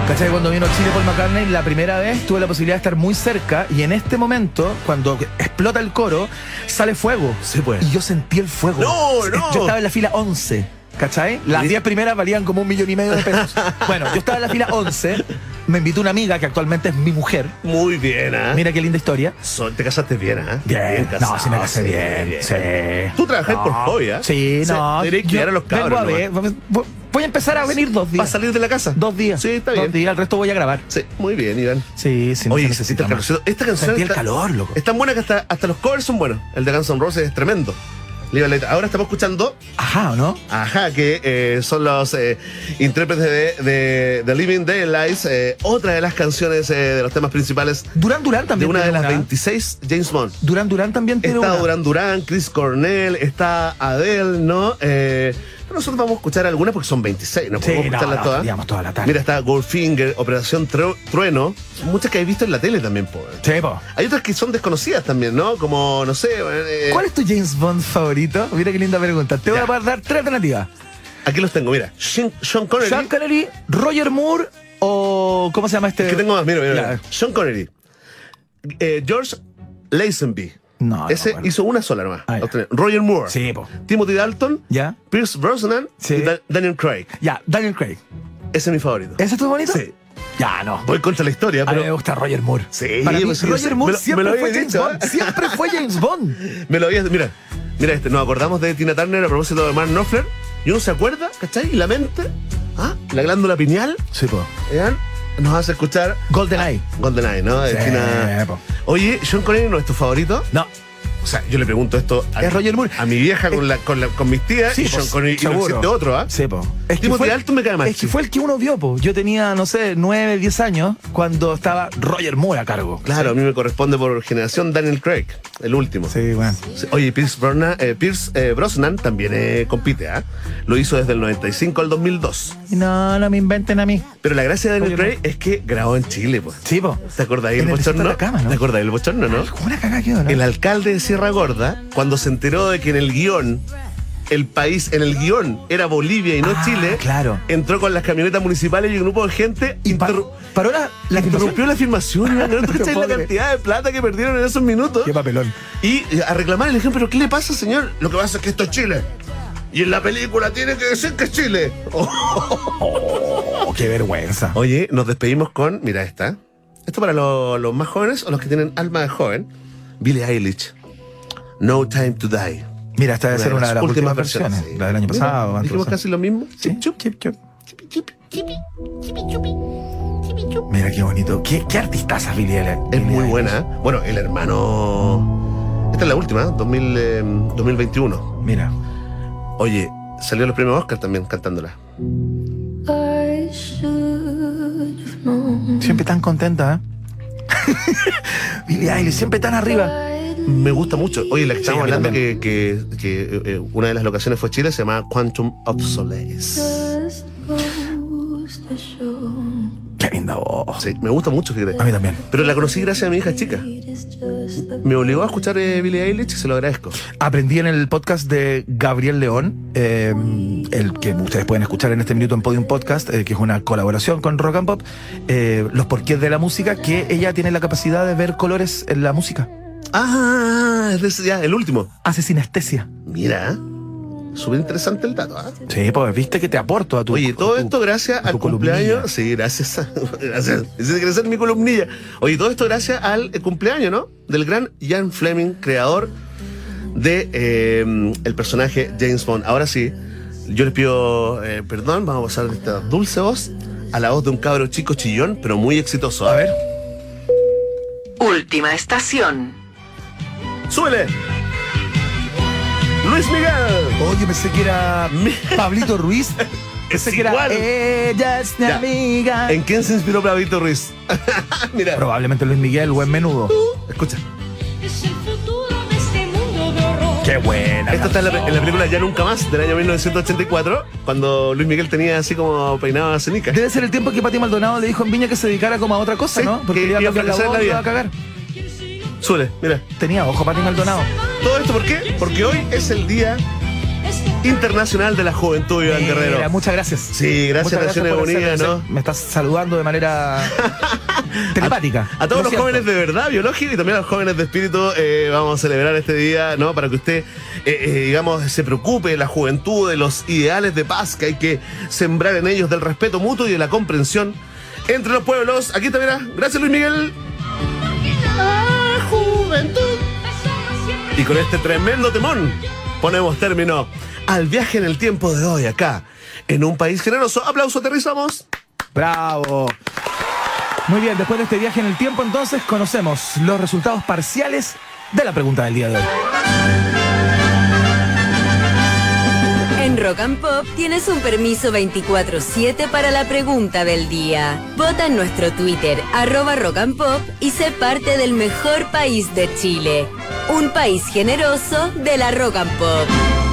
¿Cachai? Cuando vino a Chile Paul McCartney, la primera vez tuve la posibilidad de estar muy cerca y en este momento, cuando explota el coro, sale fuego. Sí, pues. Y yo sentí el fuego. No, no. Yo estaba en la fila once, ¿cachai? Las diez primeras valían como un millón y medio de pesos. Bueno, yo estaba en la fila once, me invitó una amiga que actualmente es mi mujer. Muy bien, ¿ah? Mira qué linda historia. So- te casaste bien, ¿ah? Bien, casado, no, sí me casé sí, bien. Sí. Tú trabajas No. por hobby, ¿ah? Sí, no. Tienes que yo ir a los cabros. vengo a nomás. ver, voy- voy a empezar a venir dos ¿Vas días. a salir de la casa? Dos días. Sí, está bien. Dos días, el resto voy a grabar. Sí, muy bien, Iván. Sí, sí. no Oye, se necesita necesita el más. calorcito. Esta canción Sentí el está- calor, loco. es tan buena que hasta, hasta los covers son buenos. El de Guns N' Roses es tremendo. Live and Let- Ahora estamos escuchando, Ajá, ¿o no? ajá, que eh, son los eh, intérpretes de, de, de Living Daylights, eh, otra de las canciones eh, de los temas principales Duran Duran de también una de tiene las veintiséis James Bond. Duran Duran también tiene Está una. Duran Duran, Chris Cornell, está Adele, ¿no? Eh, pero nosotros vamos a escuchar algunas porque son veintiséis, no Sí, podemos no, escucharlas no, todas. digamos toda la tarde. Mira, está Goldfinger, Operación Tru- Trueno, muchas que he visto en la tele también, po. Sí, po. Hay otras que son desconocidas también, ¿no? Como, no sé. eh, ¿Cuál es tu James Bond favorito? Mira qué linda pregunta. Te voy Ya. a dar tres alternativas. Aquí los tengo, mira. Sean, Sean Connery. Sean Connery, Roger Moore o... ¿Cómo se llama este? Es que tengo más, mira, mira. Ya. mira. Sean Connery. Eh, George Lazenby. No, no, Ese bueno. hizo una sola nomás. Ah, ya. Otra- Roger Moore. Sí, po. Timothy Dalton. ¿Ya? Pierce Brosnan. Sí. Y Da- Daniel Craig. Ya, Daniel Craig. Ese es mi favorito. ¿Ese es tu bonito? Sí. Ya, no. Voy contra la historia, A mí me pero gusta Roger Moore. Sí, Para mí, pues sí, yo sé. Roger Moore Me lo- siempre me lo fue habías James dicho, Bond. ¿eh? Siempre fue James Bond. me lo habías. Mira, mira este. Nos acordamos de Tina Turner a propósito de Mark Knopfler. Y uno se acuerda, ¿cachai? Y la mente, ¿ah? La glándula pineal, Sí, po. ¿vean? Nos hace escuchar GoldenEye. GoldenEye, ¿no? De Sí, Tina- po. Oye, Sean Connery no es tu favorito. No. O sea, yo le pregunto esto a, Es Roger Moore. a mi vieja con, la, con, la, con mis tías Sí, y Sean pues, Connery y no seguro. existe otro, ¿ah? Sí, po. Es que Timothy fue- Dalton me cae mal, Es que sí. fue el que uno vio, po. Yo tenía, no sé, nueve, diez años cuando estaba Roger Moore a cargo. Claro, a mí me corresponde por generación Daniel Craig, el último. Sí, bueno. Sí, oye, Pierce, Brosnan, eh, Pierce eh, Brosnan también eh, compite, ¿ah? Lo hizo desde el noventa y cinco al dos mil dos. Y no, no me inventen a mí. Pero la gracia de Daniel Oye, Craig es que grabó en Chile, pues. Sí, po. ¿Te acordáis En del el desierto bochorno? de Atacama, ¿no? ¿Te acordáis del bochorno, no? Como una cagada quedó, ¿no? El alcalde de Sierra Gorda, cuando se enteró de que en el guión, el país, en el guión era Bolivia y no Ah, Chile, claro. entró con las camionetas municipales y un grupo de gente Y pa- interru- paró la, la interrumpió la filmación. ¿No? ¿Tú No cachai puedo la creer. cantidad de plata que perdieron en esos minutos? Qué papelón. Y eh, a reclamar y le dijeron, ¿pero qué le pasa, señor? Lo que pasa es que esto es Chile. Y en la película tiene que decir que es Chile. Oh, qué vergüenza. Oye, nos despedimos con, mira esta. Esto para lo- los más jóvenes o los que tienen alma de joven. Billie Eilish. No Time to Die. Mira, esta debe ser una de las últimas versiones. sí. La del año Mira, pasado. antes dijimos pasado. casi lo mismo. Sí, Chup, chup, chup. chup. Mira qué bonito. ¿Qué, qué artistaza, Billie Eilish? Es muy buena. ¿eh? Bueno, el hermano. Esta es la última, ¿eh? dos mil, eh, dos mil veintiuno. Mira. Oye, salió los premios Oscar también cantándola. Siempre tan contenta, ¿eh? Billie Eilish, siempre tan arriba. Me gusta mucho. Oye, la que estamos a mí hablando también. que, que, que, eh, una de las locaciones fue Chile, se llama Quantum of Solace. Qué linda voz. Sí, me gusta mucho, fíjate. A mí también. Pero la conocí gracias a mi hija chica. Me obligó a escuchar eh, Billie Eilish y se lo agradezco. Aprendí en el podcast de Gabriel León, eh, el que ustedes pueden escuchar en este minuto en Podium Podcast, eh, que es una colaboración con Rock and Pop, eh, los porqués de la música, que ella tiene la capacidad de ver colores en la música. Ah, es de ese ya, el último. Hace sinestesia. Mira, súper interesante el dato, ¿ah? Sí, pues viste que te aporto a tu. Oye, todo a tu- esto gracias a tu al columnilla. cumpleaños. Sí, gracias. a- gracias. Ese quiere ser mi columnilla. Oye, todo esto gracias al eh, cumpleaños, ¿no? Del gran Ian Fleming, creador de eh, el personaje James Bond. Ahora sí, yo les pido eh, perdón, vamos a pasar de esta dulce voz a la voz de un cabro chico chillón, pero muy exitoso. A ver, Última estación. súbele. Luis Miguel. Oye, pensé que era Pablito Ruiz. Pensé que era igual. Ella es mi Ya. amiga. ¿En quién se inspiró Pablito Ruiz? Mira, Probablemente Luis Miguel, buen menudo. escucha. Es el futuro de este mundo de horror. Qué buena. Esto está en la, en la película Ya Nunca Más, del año mil novecientos ochenta y cuatro, cuando Luis Miguel tenía así como peinado a cenica. Debe ser el tiempo que Pati Maldonado le dijo en Viña que se dedicara como a otra cosa, Sí, ¿no? Porque que iba a iba a cambiar la fracasar en voz la y iba vida. a cagar. Súbele, mira. Tenía ojo Pati Maldonado. ¿Todo esto por qué? Porque hoy es el día Internacional de la Juventud, Iván Mira, Guerrero. muchas gracias. Sí, gracias a Naciones por Unidas, hacer- ¿no? Me estás saludando de manera telepática. A todos Lo los siento. jóvenes de verdad, biológico, y también a los jóvenes de espíritu, eh, vamos a celebrar este día, ¿no? Para que usted, eh, eh, digamos, se preocupe de la juventud, de los ideales de paz que hay que sembrar en ellos, del respeto mutuo y de la comprensión entre los pueblos. Aquí también, ¿ah? Gracias, Luis Miguel. La juventud. Y con este tremendo temón ponemos término al viaje en el tiempo de hoy acá, en un país generoso. Aplauso, aterrizamos. Bravo. Muy bien, después de este viaje en el tiempo, entonces conocemos los resultados parciales de la pregunta del día de hoy. En Rock and Pop tienes un permiso veinticuatro siete para la pregunta del día. Vota en nuestro Twitter, arroba Rock and Pop, y sé parte del mejor país de Chile. Un país generoso de la Rock and Pop.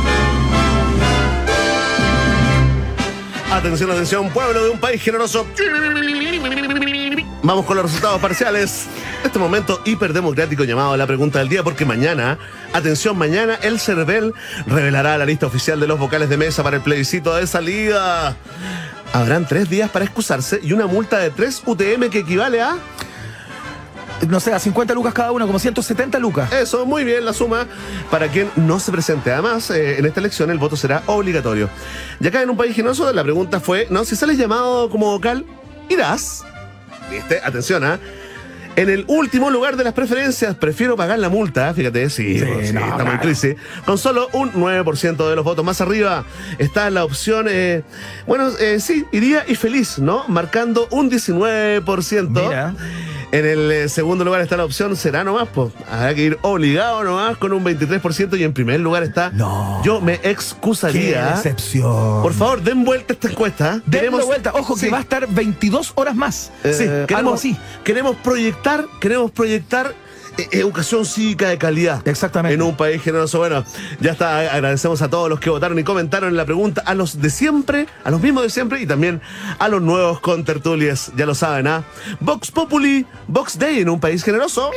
Atención, atención, pueblo de un país generoso. Vamos con los resultados parciales de este momento hiperdemocrático llamado la pregunta del día, porque mañana, atención, mañana el CERVEL revelará la lista oficial de los vocales de mesa para el plebiscito de salida. Habrán tres días para excusarse y una multa de tres U T M que equivale a... No sé, a cincuenta lucas cada uno, como ciento setenta lucas. Eso, muy bien, la suma para quien no se presente. Además, eh, en esta elección el voto será obligatorio. Y acá en un país generoso, la pregunta fue, ¿no? Si sales llamado como vocal, irás. ¿Viste? Atención, ¿ah? En el último lugar de las preferencias, prefiero pagar la multa. Fíjate, sí, Sí, pues, sí, no, estamos en claro. crisis. Con solo un nueve por ciento de los votos. Más arriba está la opción, eh, bueno, eh, sí, iría y feliz, ¿no? Marcando un diecinueve por ciento. Mira. En el eh, segundo lugar está la opción será nomás, pues habrá que ir obligado nomás con un veintitrés por ciento. Y en primer lugar está No. yo me ¡Qué excusaría. decepción! Por favor, den vuelta esta encuesta. Denle vuelta. Ojo sí. que va a estar veintidós horas más. Eh, Sí, algo queremos, así. queremos proyectar, queremos proyectar eh, educación cívica de calidad. Exactamente. En un país generoso. Bueno, ya está. Agradecemos a todos los que votaron y comentaron en la pregunta, a los de siempre, a los mismos de siempre y también a los nuevos contertulias. Ya lo saben, ¿ah? Vox Populi, Vox Day en un país generoso.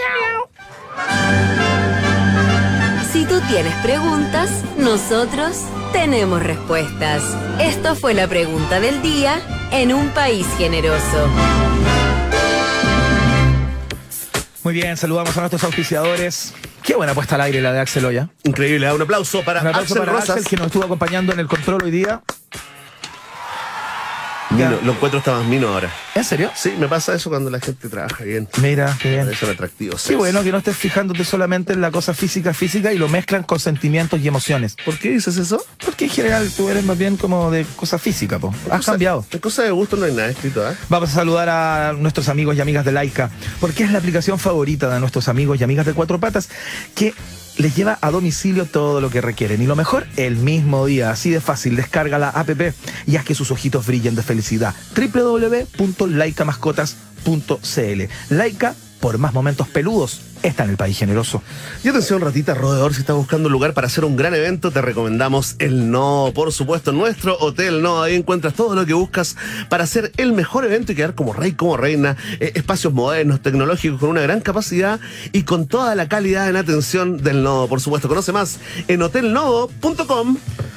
Si tú tienes preguntas, nosotros tenemos respuestas. Esto fue la pregunta del día en un país generoso. Muy bien, saludamos a nuestros auspiciadores. Qué buena puesta al aire la de Axel Oya. Increíble, ¿ah? Un aplauso para Un aplauso Axel para Rosas. Axel, que nos estuvo acompañando en el control hoy día. Mino, Ya. lo encuentro está más mino ahora. ¿En serio? Sí, me pasa eso cuando la gente trabaja bien. Mira, qué bien. Parece un atractivo. Qué bueno que no estés fijándote solamente en la cosa física física y lo mezclan con sentimientos y emociones. ¿Por qué dices eso? Porque en general tú eres más bien como de cosa física, po. Has Cosa- cambiado. De cosa de gusto no hay nada escrito, ¿ah? Vamos a saludar a nuestros amigos y amigas de Laika, porque es la aplicación favorita de nuestros amigos y amigas de Cuatro Patas, que les lleva a domicilio todo lo que requieren. Y lo mejor, el mismo día. Así de fácil. Descarga la app y haz que sus ojitos brillen de felicidad. doble u doble u doble u punto laika mascotas punto c l. Laika, por más momentos peludos, está en el país generoso. Y atención, ratita roedor, si estás buscando un lugar para hacer un gran evento, te recomendamos el Nodo. Por supuesto, nuestro Hotel Nodo. Ahí encuentras todo lo que buscas para hacer el mejor evento y quedar como rey, como reina. Eh, espacios modernos, tecnológicos, con una gran capacidad y con toda la calidad en atención del Nodo. Por supuesto, conoce más en hotel nodo punto com.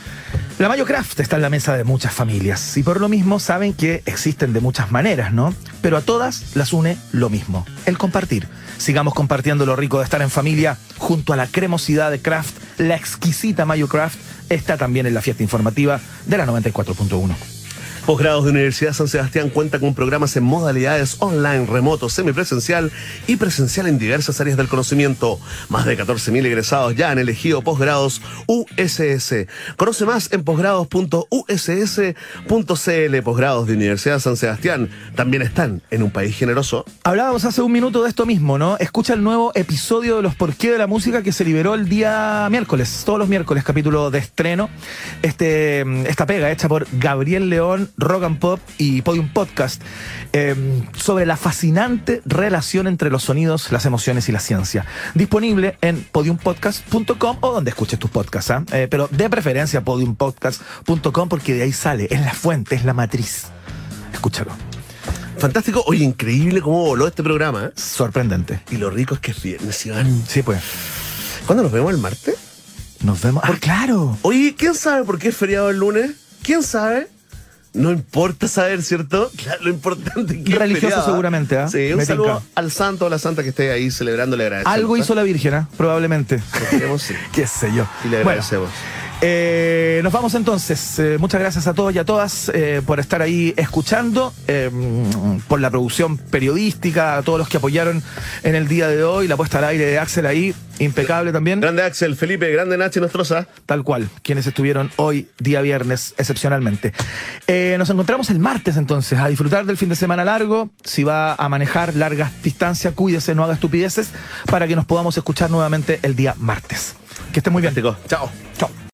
La Mayo Craft está en la mesa de muchas familias y por lo mismo saben que existen de muchas maneras, ¿no? Pero a todas las une lo mismo, el compartir. Sigamos compartiendo lo rico de estar en familia junto a la cremosidad de Craft. La exquisita Mayo Craft está también en la fiesta informativa de la noventa y cuatro punto uno. Posgrados de Universidad San Sebastián cuenta con programas en modalidades online, remoto, semipresencial y presencial en diversas áreas del conocimiento. Más de catorce mil egresados ya han elegido posgrados U S S. Conoce más en posgrados punto u s s punto c l. Posgrados de Universidad San Sebastián también están en un país generoso. Hablábamos hace un minuto de esto mismo, ¿no? Escucha el nuevo episodio de Los Porqué de la Música que se liberó el día miércoles, todos los miércoles, capítulo de estreno. Este, esta pega hecha por Gabriel León, Rock and Pop y Podium Podcast, eh, sobre la fascinante relación entre los sonidos, las emociones y la ciencia. Disponible en podium podcast punto com o donde escuches tus podcasts, ¿eh? Eh, pero de preferencia podium podcast punto com porque de ahí sale, es la fuente, es la matriz. Escúchalo. Fantástico, oye, increíble cómo voló este programa, ¿eh? Sorprendente. Y lo rico es que es viernes, Iván. Sí, pues. ¿Cuándo nos vemos? ¿El martes? Nos vemos. Ah, claro. Oye, ¿quién sabe por qué es feriado el lunes? ¿Quién sabe? No importa saber, ¿cierto? Lo importante es que religioso es feriado. seguramente, ¿eh? Sí, un Me saludo tinca. al santo o la santa que esté ahí celebrando, le agradecemos. Algo ¿eh? hizo la Virgen, ¿eh? Probablemente. Esperemos, sí. Qué sé yo. Y le Bueno, agradecemos. eh, nos vamos entonces. Eh, muchas gracias a todos y a todas eh, por estar ahí escuchando, eh, por la producción periodística, a todos los que apoyaron en el día de hoy, la puesta al aire de Axel ahí, impecable también. Grande Axel, Felipe, grande Nachi Nostroza. Tal cual, quienes estuvieron hoy, día viernes, excepcionalmente. Eh, nos encontramos el martes entonces, a disfrutar del fin de semana largo. Si va a manejar largas distancias, cuídese, no haga estupideces, para que nos podamos escuchar nuevamente el día martes. Que esté muy bien. Chao. Chao.